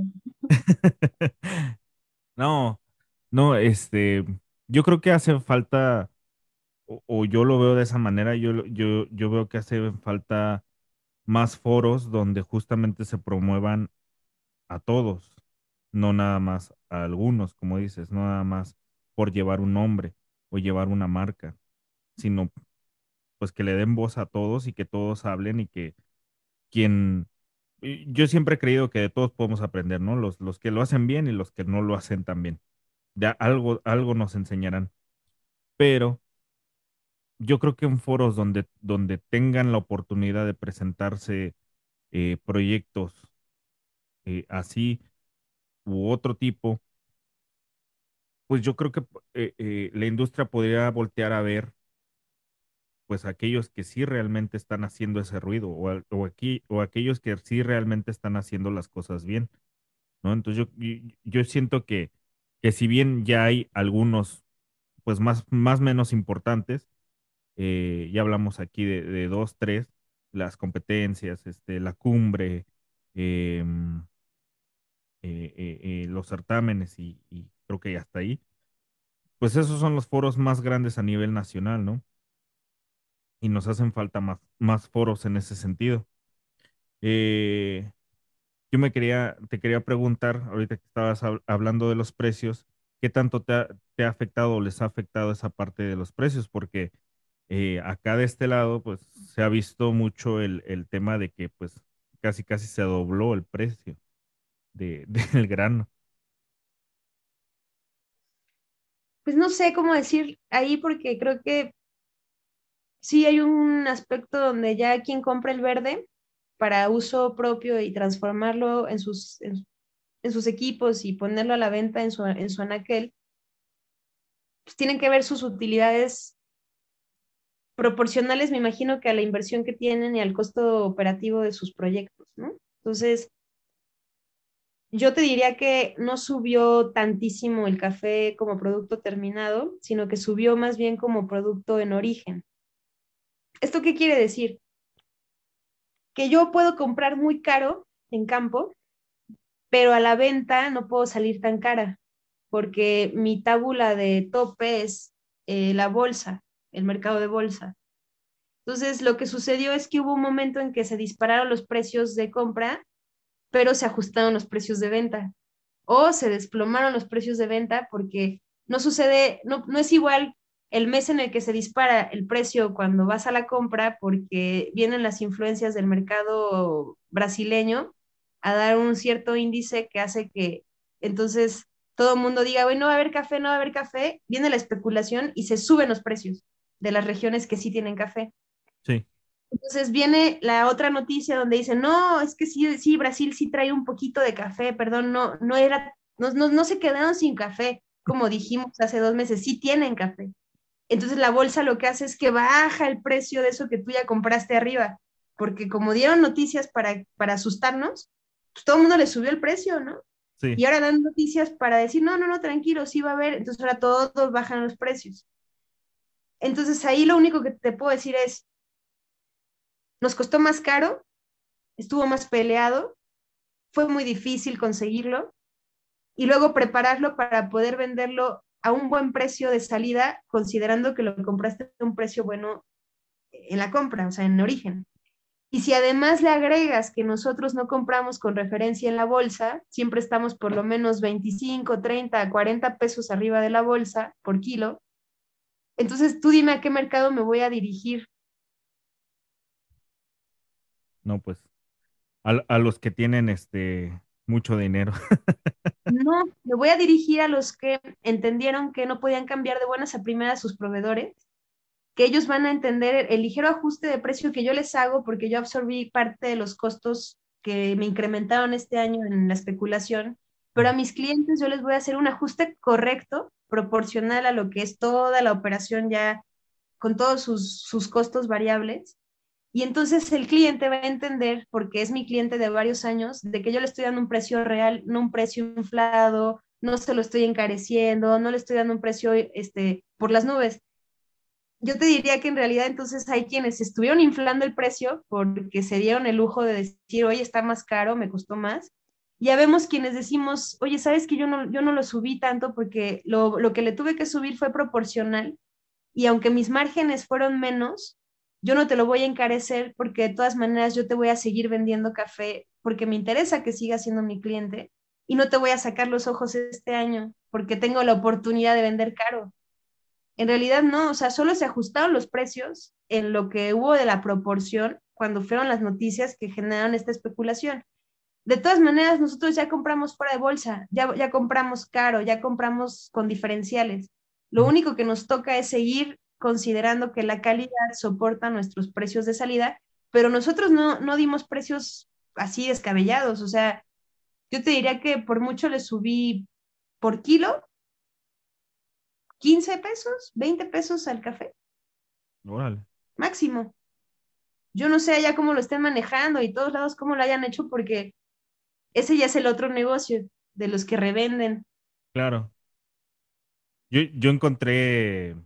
no, no, este, yo creo que hace falta, o, o yo lo veo de esa manera, yo, lo- yo, yo veo que hace falta más foros donde justamente se promuevan a todos, no nada más a algunos, como dices, no nada más por llevar un nombre o llevar una marca, sino pues que le den voz a todos y que todos hablen y que quien, y yo siempre he creído que de todos podemos aprender, ¿no? Los, los que lo hacen bien y los que no lo hacen tan bien. Ya algo, algo nos enseñarán, pero yo creo que en foros donde, donde tengan la oportunidad de presentarse eh, proyectos eh, así u otro tipo, pues yo creo que eh, eh, la industria podría voltear a ver pues aquellos que sí realmente están haciendo ese ruido o, al- o aquí o aquellos que sí realmente están haciendo las cosas bien, ¿no? Entonces yo, yo, yo siento que, que si bien ya hay algunos pues más, más menos importantes, eh, ya hablamos aquí de, de dos, tres, las competencias, este, la cumbre, em, eh, eh, eh, los certámenes y, y creo que ya hasta ahí, pues esos son los foros más grandes a nivel nacional, ¿no? Y nos hacen falta más, más foros en ese sentido. Eh, yo me quería, te quería preguntar, ahorita que estabas hab- hablando de los precios, ¿qué tanto te ha, te ha afectado o les ha afectado esa parte de los precios? Porque eh, acá de este lado, pues se ha visto mucho el, el tema de que pues casi casi se dobló el precio. de, del grano. Pues no sé cómo decir ahí porque creo que sí hay un aspecto donde ya quien compra el verde para uso propio y transformarlo en sus, en, en sus equipos y ponerlo a la venta en su, en su anaquel, pues tienen que ver sus utilidades proporcionales, me imagino, que a la inversión que tienen y al costo operativo de sus proyectos, ¿no? Entonces, yo te diría que no subió tantísimo el café como producto terminado, sino que subió más bien como producto en origen. ¿Esto qué quiere decir? Que yo puedo comprar muy caro en campo, pero a la venta no puedo salir tan cara, porque mi tábula de tope es eh, la bolsa, el mercado de bolsa. Entonces, lo que sucedió es que hubo un momento en que se dispararon los precios de compra, pero se ajustaron los precios de venta. O se desplomaron los precios de venta porque no sucede, no, no es igual el mes en el que se dispara el precio cuando vas a la compra porque vienen las influencias del mercado brasileño a dar un cierto índice que hace que entonces todo el mundo diga, bueno, no va a haber café, no va a haber café, viene la especulación y se suben los precios de las regiones que sí tienen café. Sí, Entonces viene la otra noticia donde dicen, no, es que sí, sí, Brasil sí trae un poquito de café, perdón, no, no era, no, no, no se quedaron sin café, como dijimos hace dos meses, sí tienen café. Entonces la bolsa lo que hace es que baja el precio de eso que tú ya compraste arriba, porque como dieron noticias para, para asustarnos, pues todo el mundo le subió el precio, ¿no? sí. Y ahora dan noticias para decir, no, no, no, tranquilo, sí va a haber, entonces ahora todos bajan los precios. Entonces ahí lo único que te puedo decir es, nos costó más caro, estuvo más peleado, fue muy difícil conseguirlo y luego prepararlo para poder venderlo a un buen precio de salida, considerando que lo compraste a un precio bueno en la compra, o sea, en origen. Y si además le agregas que nosotros no compramos con referencia en la bolsa, siempre estamos por lo menos veinticinco, treinta, cuarenta pesos arriba de la bolsa por kilo, entonces tú dime a qué mercado me voy a dirigir. No, pues, a, a los que tienen este mucho dinero. No, me voy a dirigir a los que entendieron que no podían cambiar de buenas a primeras sus proveedores, que ellos van a entender el ligero ajuste de precio que yo les hago porque yo absorbí parte de los costos que me incrementaron este año en la especulación, pero a mis clientes yo les voy a hacer un ajuste correcto, proporcional a lo que es toda la operación ya con todos sus, sus costos variables. Y entonces el cliente va a entender, porque es mi cliente de varios años, de que yo le estoy dando un precio real, no un precio inflado, no se lo estoy encareciendo, no le estoy dando un precio este, por las nubes. Yo te diría que en realidad entonces hay quienes estuvieron inflando el precio porque se dieron el lujo de decir, oye, está más caro, me costó más. Ya vemos quienes decimos, oye, ¿sabes que yo no, yo no lo subí tanto porque lo, lo que le tuve que subir fue proporcional y aunque mis márgenes fueron menos, yo no te lo voy a encarecer porque de todas maneras yo te voy a seguir vendiendo café porque me interesa que siga siendo mi cliente y no te voy a sacar los ojos este año porque tengo la oportunidad de vender caro. En realidad no, o sea, solo se ajustaron los precios en lo que hubo de la proporción cuando fueron las noticias que generaron esta especulación. De todas maneras, nosotros ya compramos fuera de bolsa, ya, ya compramos caro, ya compramos con diferenciales. Lo Ujú. único que nos toca es seguir considerando que la calidad soporta nuestros precios de salida, pero nosotros no, no dimos precios así descabellados. O sea, yo te diría que por mucho le subí por kilo quince pesos, veinte pesos al café, Órale. máximo. Yo no sé allá cómo lo estén manejando y todos lados cómo lo hayan hecho porque ese ya es el otro negocio de los que revenden. Claro. Yo, yo encontré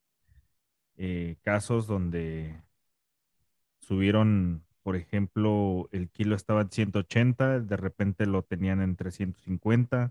eh, casos donde subieron, por ejemplo, el kilo estaba en ciento ochenta, de repente lo tenían en trescientos cincuenta,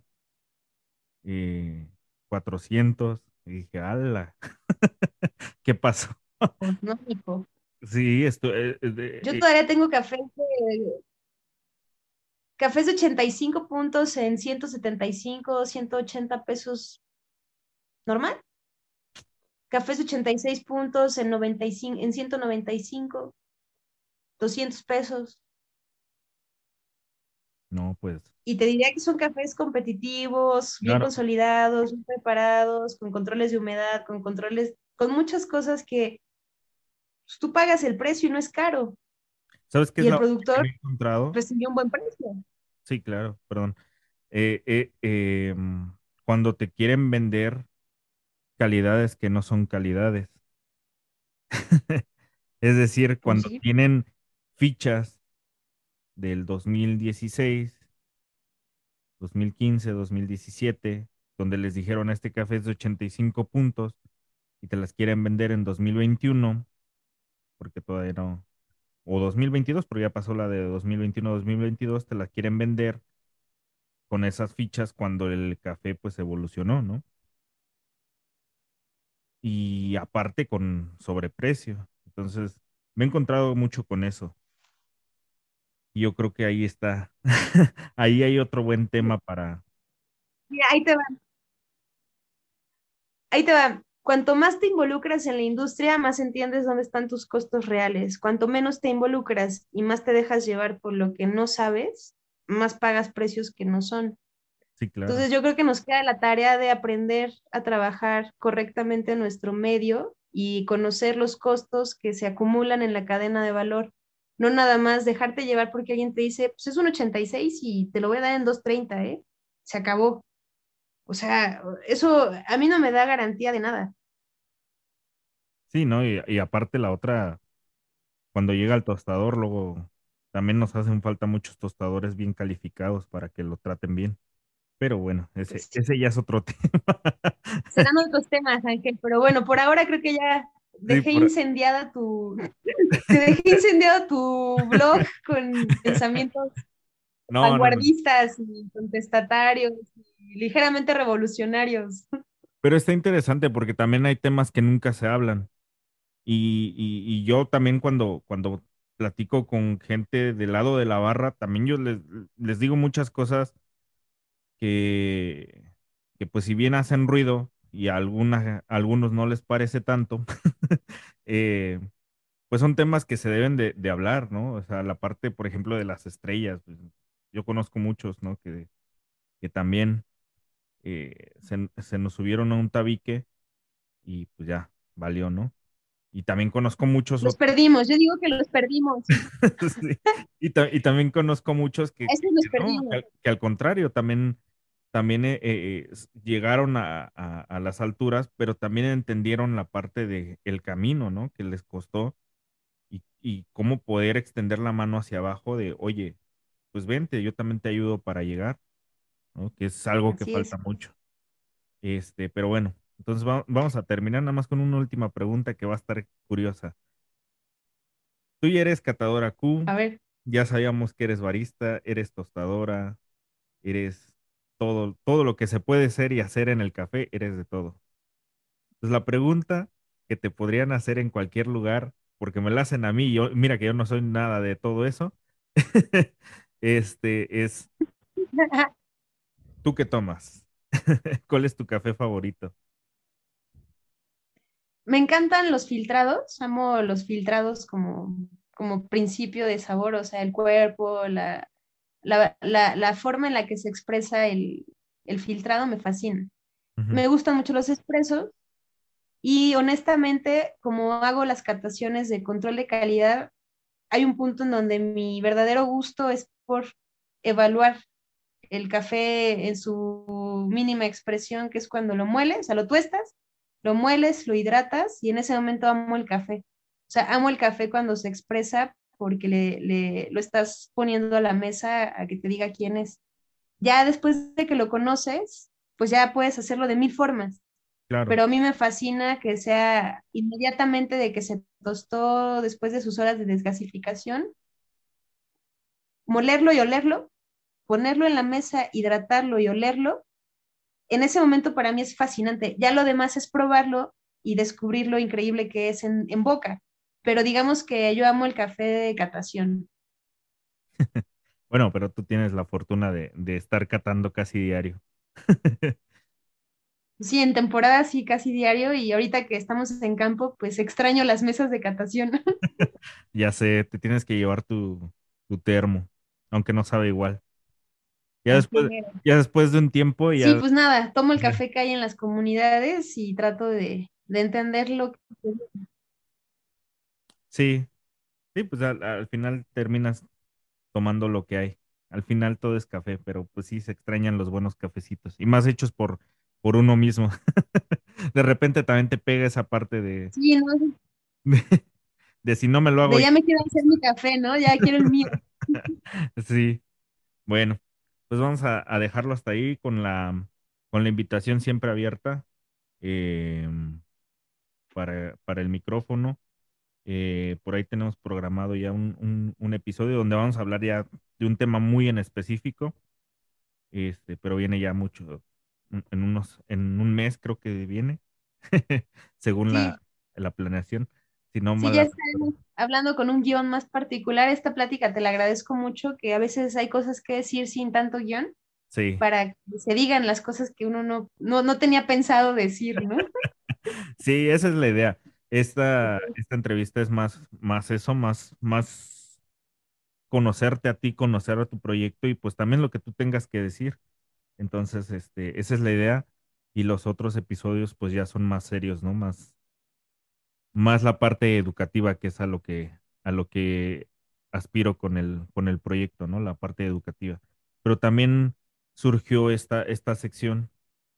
eh, cuatrocientos, y dije, ¡hala! ¿Qué pasó? No, hijo. Sí, esto, eh, eh, de- Yo eh, todavía tengo café de, cafés de ochenta y cinco puntos en ciento setenta y cinco, ciento ochenta pesos normal. Cafés de ochenta y seis puntos en noventa y cinco, en ciento noventa y cinco, doscientos pesos. No, pues, Y te diría que son cafés competitivos, bien claro. consolidados, bien preparados, con controles de humedad, con controles, con muchas cosas que pues, tú pagas el precio y no es caro. ¿Sabes qué Y es el la otra que me productor he encontrado? recibió un buen precio. Sí, claro, perdón. Eh, eh, em, cuando te quieren vender calidades que no son calidades. Es decir, Pues cuando sí. tienen fichas del dos mil dieciséis, dos mil quince, dos mil diecisiete, donde les dijeron este café es de ochenta y cinco puntos y te las quieren vender en dos mil veintiuno, porque todavía no, o dos mil veintidós, porque ya pasó la de dos mil veintiuno, dos mil veintidós, te las quieren vender con esas fichas cuando el café pues evolucionó, ¿no? Y aparte con sobreprecio. Entonces, me he encontrado mucho con eso. Y yo creo que ahí está. Ahí hay otro buen tema para... Mira, ahí te va, ahí te va. Cuanto más te involucras en la industria, más entiendes dónde están tus costos reales. Cuanto menos te involucras y más te dejas llevar por lo que no sabes, más pagas precios que no son. Sí, claro. Entonces yo creo que nos queda la tarea de aprender a trabajar correctamente en nuestro medio y conocer los costos que se acumulan en la cadena de valor. No nada más dejarte llevar porque alguien te dice, pues es un ochenta y seis y te lo voy a dar en dos treinta, ¿eh? Se acabó. O sea, eso a mí no me da garantía de nada. Sí, ¿no? Y, y aparte la otra, cuando llega al tostador, luego también nos hacen falta muchos tostadores bien calificados para que lo traten bien. Pero bueno, ese, Pues ese ya es otro tema. serán otros temas, Ángel, pero bueno, por ahora creo que ya Sí, dejé por... incendiada tu, te dejé incendiado tu blog con pensamientos No, no, no. vanguardistas y contestatarios y ligeramente revolucionarios. Pero está interesante porque también hay temas que nunca se hablan. Y, y- y yo también cuando, cuando platico con gente del lado de la barra, también yo les, les digo muchas cosas que, que pues si bien hacen ruido y a, algunas, a algunos no les parece tanto, eh, pues son temas que se deben de, de hablar, ¿no? O sea, la parte, por ejemplo, de las estrellas, pues, yo conozco muchos, ¿no? Que, que también eh, se, se nos subieron a un tabique y pues ya, valió, ¿no? Y también conozco muchos Los otros. perdimos, yo digo que los perdimos, Sí. Y, ta- y también conozco muchos que, a que- estos los que no, que perdimos. al, que al contrario, también, también eh, eh, s- llegaron a, a- a las alturas, pero también entendieron la parte de el camino, ¿no? Que les costó y, y cómo poder extender la mano hacia abajo de, oye, pues vente, yo también te ayudo para llegar, ¿no? Que es algo que Así falta es. mucho. Este, pero bueno, entonces va- vamos a terminar nada más con una última pregunta que va a estar curiosa. Tú ya eres catadora Q, A ver, ya sabíamos que eres barista, eres tostadora, eres todo, todo lo que se puede ser y hacer en el café, eres de todo. Entonces la pregunta que te podrían hacer en cualquier lugar, porque me la hacen a mí, yo, mira que yo no soy nada de todo eso, este es, ¿tú qué tomas? ¿Cuál es tu café favorito? me encantan los filtrados, amo los filtrados como, como principio de sabor, o sea, el cuerpo, la, la, la, la forma en la que se expresa el, el filtrado me fascina. Ujú, Me gustan mucho los expresos. Y honestamente, como hago las cataciones de control de calidad, hay un punto en donde mi verdadero gusto es por evaluar el café en su mínima expresión, que es cuando lo mueles, o sea, lo tuestas, lo mueles, lo hidratas y en ese momento amo el café. O sea, amo el café cuando se expresa porque le, le- lo estás poniendo a la mesa a que te diga quién es. Ya después de que lo conoces, pues ya puedes hacerlo de mil formas, claro, pero a mí me fascina que sea inmediatamente de que se tostó después de sus horas de desgasificación, molerlo y olerlo, ponerlo en la mesa, hidratarlo y olerlo. En ese momento para mí es fascinante. Ya lo demás es probarlo y descubrir lo increíble que es en, en boca. Pero digamos que yo amo el café de catación. bueno, pero tú tienes la fortuna de, de estar catando casi diario. Sí, en temporada sí, casi diario y ahorita que estamos en campo, pues extraño las mesas de catación. Ya sé, te tienes que llevar tu, tu termo, aunque no sabe igual. Ya Así después, mero. ya después de un tiempo, Sí, ya, pues nada, tomo el ya, café que hay en las comunidades y trato de, de entenderlo. sí, sí, pues al, al final terminas tomando lo que hay. Al final todo es café, pero pues sí se extrañan los buenos cafecitos y más hechos por, por uno mismo. De repente también te pega esa parte de, Sí, no, de, de si no me lo hago de yo. ya me quiero hacer mi café, ¿no? Ya quiero el mío. Sí, bueno, pues vamos a, a dejarlo hasta ahí con la, con la invitación siempre abierta eh, para, para el micrófono. Eh, por ahí tenemos programado ya un, un, un episodio donde vamos a hablar ya de un tema muy en específico, este, pero viene ya mucho, en en unos, en un mes creo que viene, según Sí, la, la planeación, si no sí, mal ya la recuerdo. estaremos hablando con un guión más particular. Esta plática te la agradezco mucho, que a veces hay cosas que decir sin tanto guión Sí, para que se digan las cosas que uno no, no, no tenía pensado decir, ¿no? sí, esa es la idea. Esta, esta entrevista es más, más eso, más, más conocerte a ti, conocer a tu proyecto y pues también lo que tú tengas que decir. Entonces, este, esa es la idea. Y los otros episodios, pues ya son más serios, ¿no? Más, más la parte educativa, que es a lo que, a lo que aspiro con el, con el proyecto, ¿no? La parte educativa. Pero también surgió esta, esta sección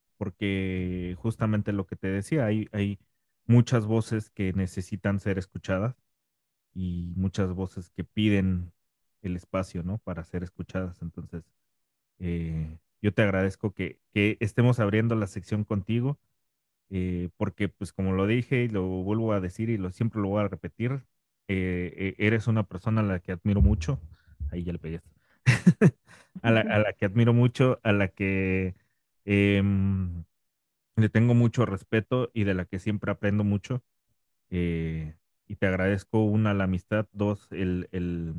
porque justamente lo que te decía, hay, hay muchas voces que necesitan ser escuchadas y muchas voces que piden el espacio, ¿no? Para ser escuchadas. Entonces, eh, yo te agradezco que, que estemos abriendo la sección contigo, eh, porque pues como lo dije y lo vuelvo a decir y lo siempre lo voy a repetir, eh, eh, eres una persona a la que admiro mucho. Ahí ya le pegué esto. A la, a la que admiro mucho, a la que em, le tengo mucho respeto y de la que siempre aprendo mucho. eh, y te agradezco, una, la amistad, dos, el, el,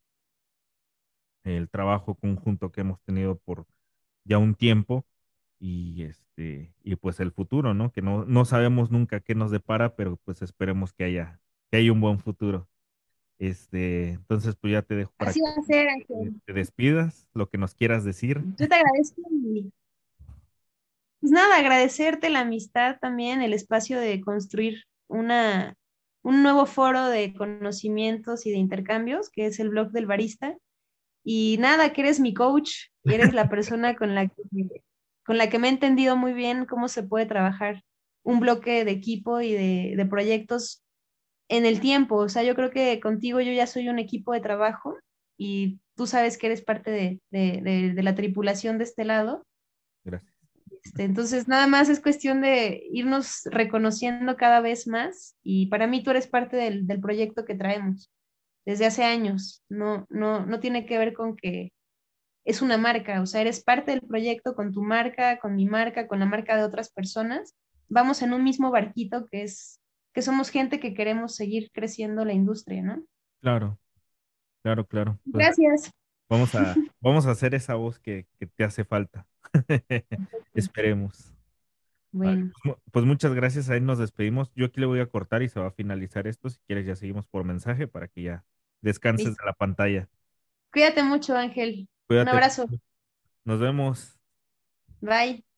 el trabajo conjunto que hemos tenido por ya un tiempo y este y pues el futuro, ¿no? Que no, no sabemos nunca qué nos depara, pero pues esperemos que haya que haya un buen futuro. Este, entonces pues ya te dejo para Así que va a ser, te, Ángel. te despidas, lo que nos quieras decir. Yo te agradezco y pues nada, agradecerte la amistad también, el espacio de construir una, un nuevo foro de conocimientos y de intercambios, que es el blog del barista. Y nada, que eres mi coach y eres la persona con la que, con la que me he entendido muy bien cómo se puede trabajar un bloque de equipo y de, de proyectos en el tiempo. O sea, yo creo que contigo yo ya soy un equipo de trabajo y tú sabes que eres parte de, de, de, de la tripulación de este lado. Gracias. Este, entonces, nada más es cuestión de irnos reconociendo cada vez más y para mí tú eres parte del, del proyecto que traemos desde hace años. No, no, no tiene que ver con que es una marca, o sea, eres parte del proyecto con tu marca, con mi marca, con la marca de otras personas. Vamos en un mismo barquito que es que somos gente que queremos seguir creciendo la industria, ¿no? Claro, claro, claro. Pues Gracias. vamos a vamos a hacer esa voz que, que te hace falta. Esperemos. Vale, Bueno, pues, mu- pues muchas gracias, ahí nos despedimos. Yo aquí le voy a cortar y se va a finalizar esto. Si quieres, ya seguimos por mensaje para que ya descanses listo. de la pantalla. Cuídate mucho, Ángel. Un Cuídate abrazo. mucho. Nos vemos. Bye.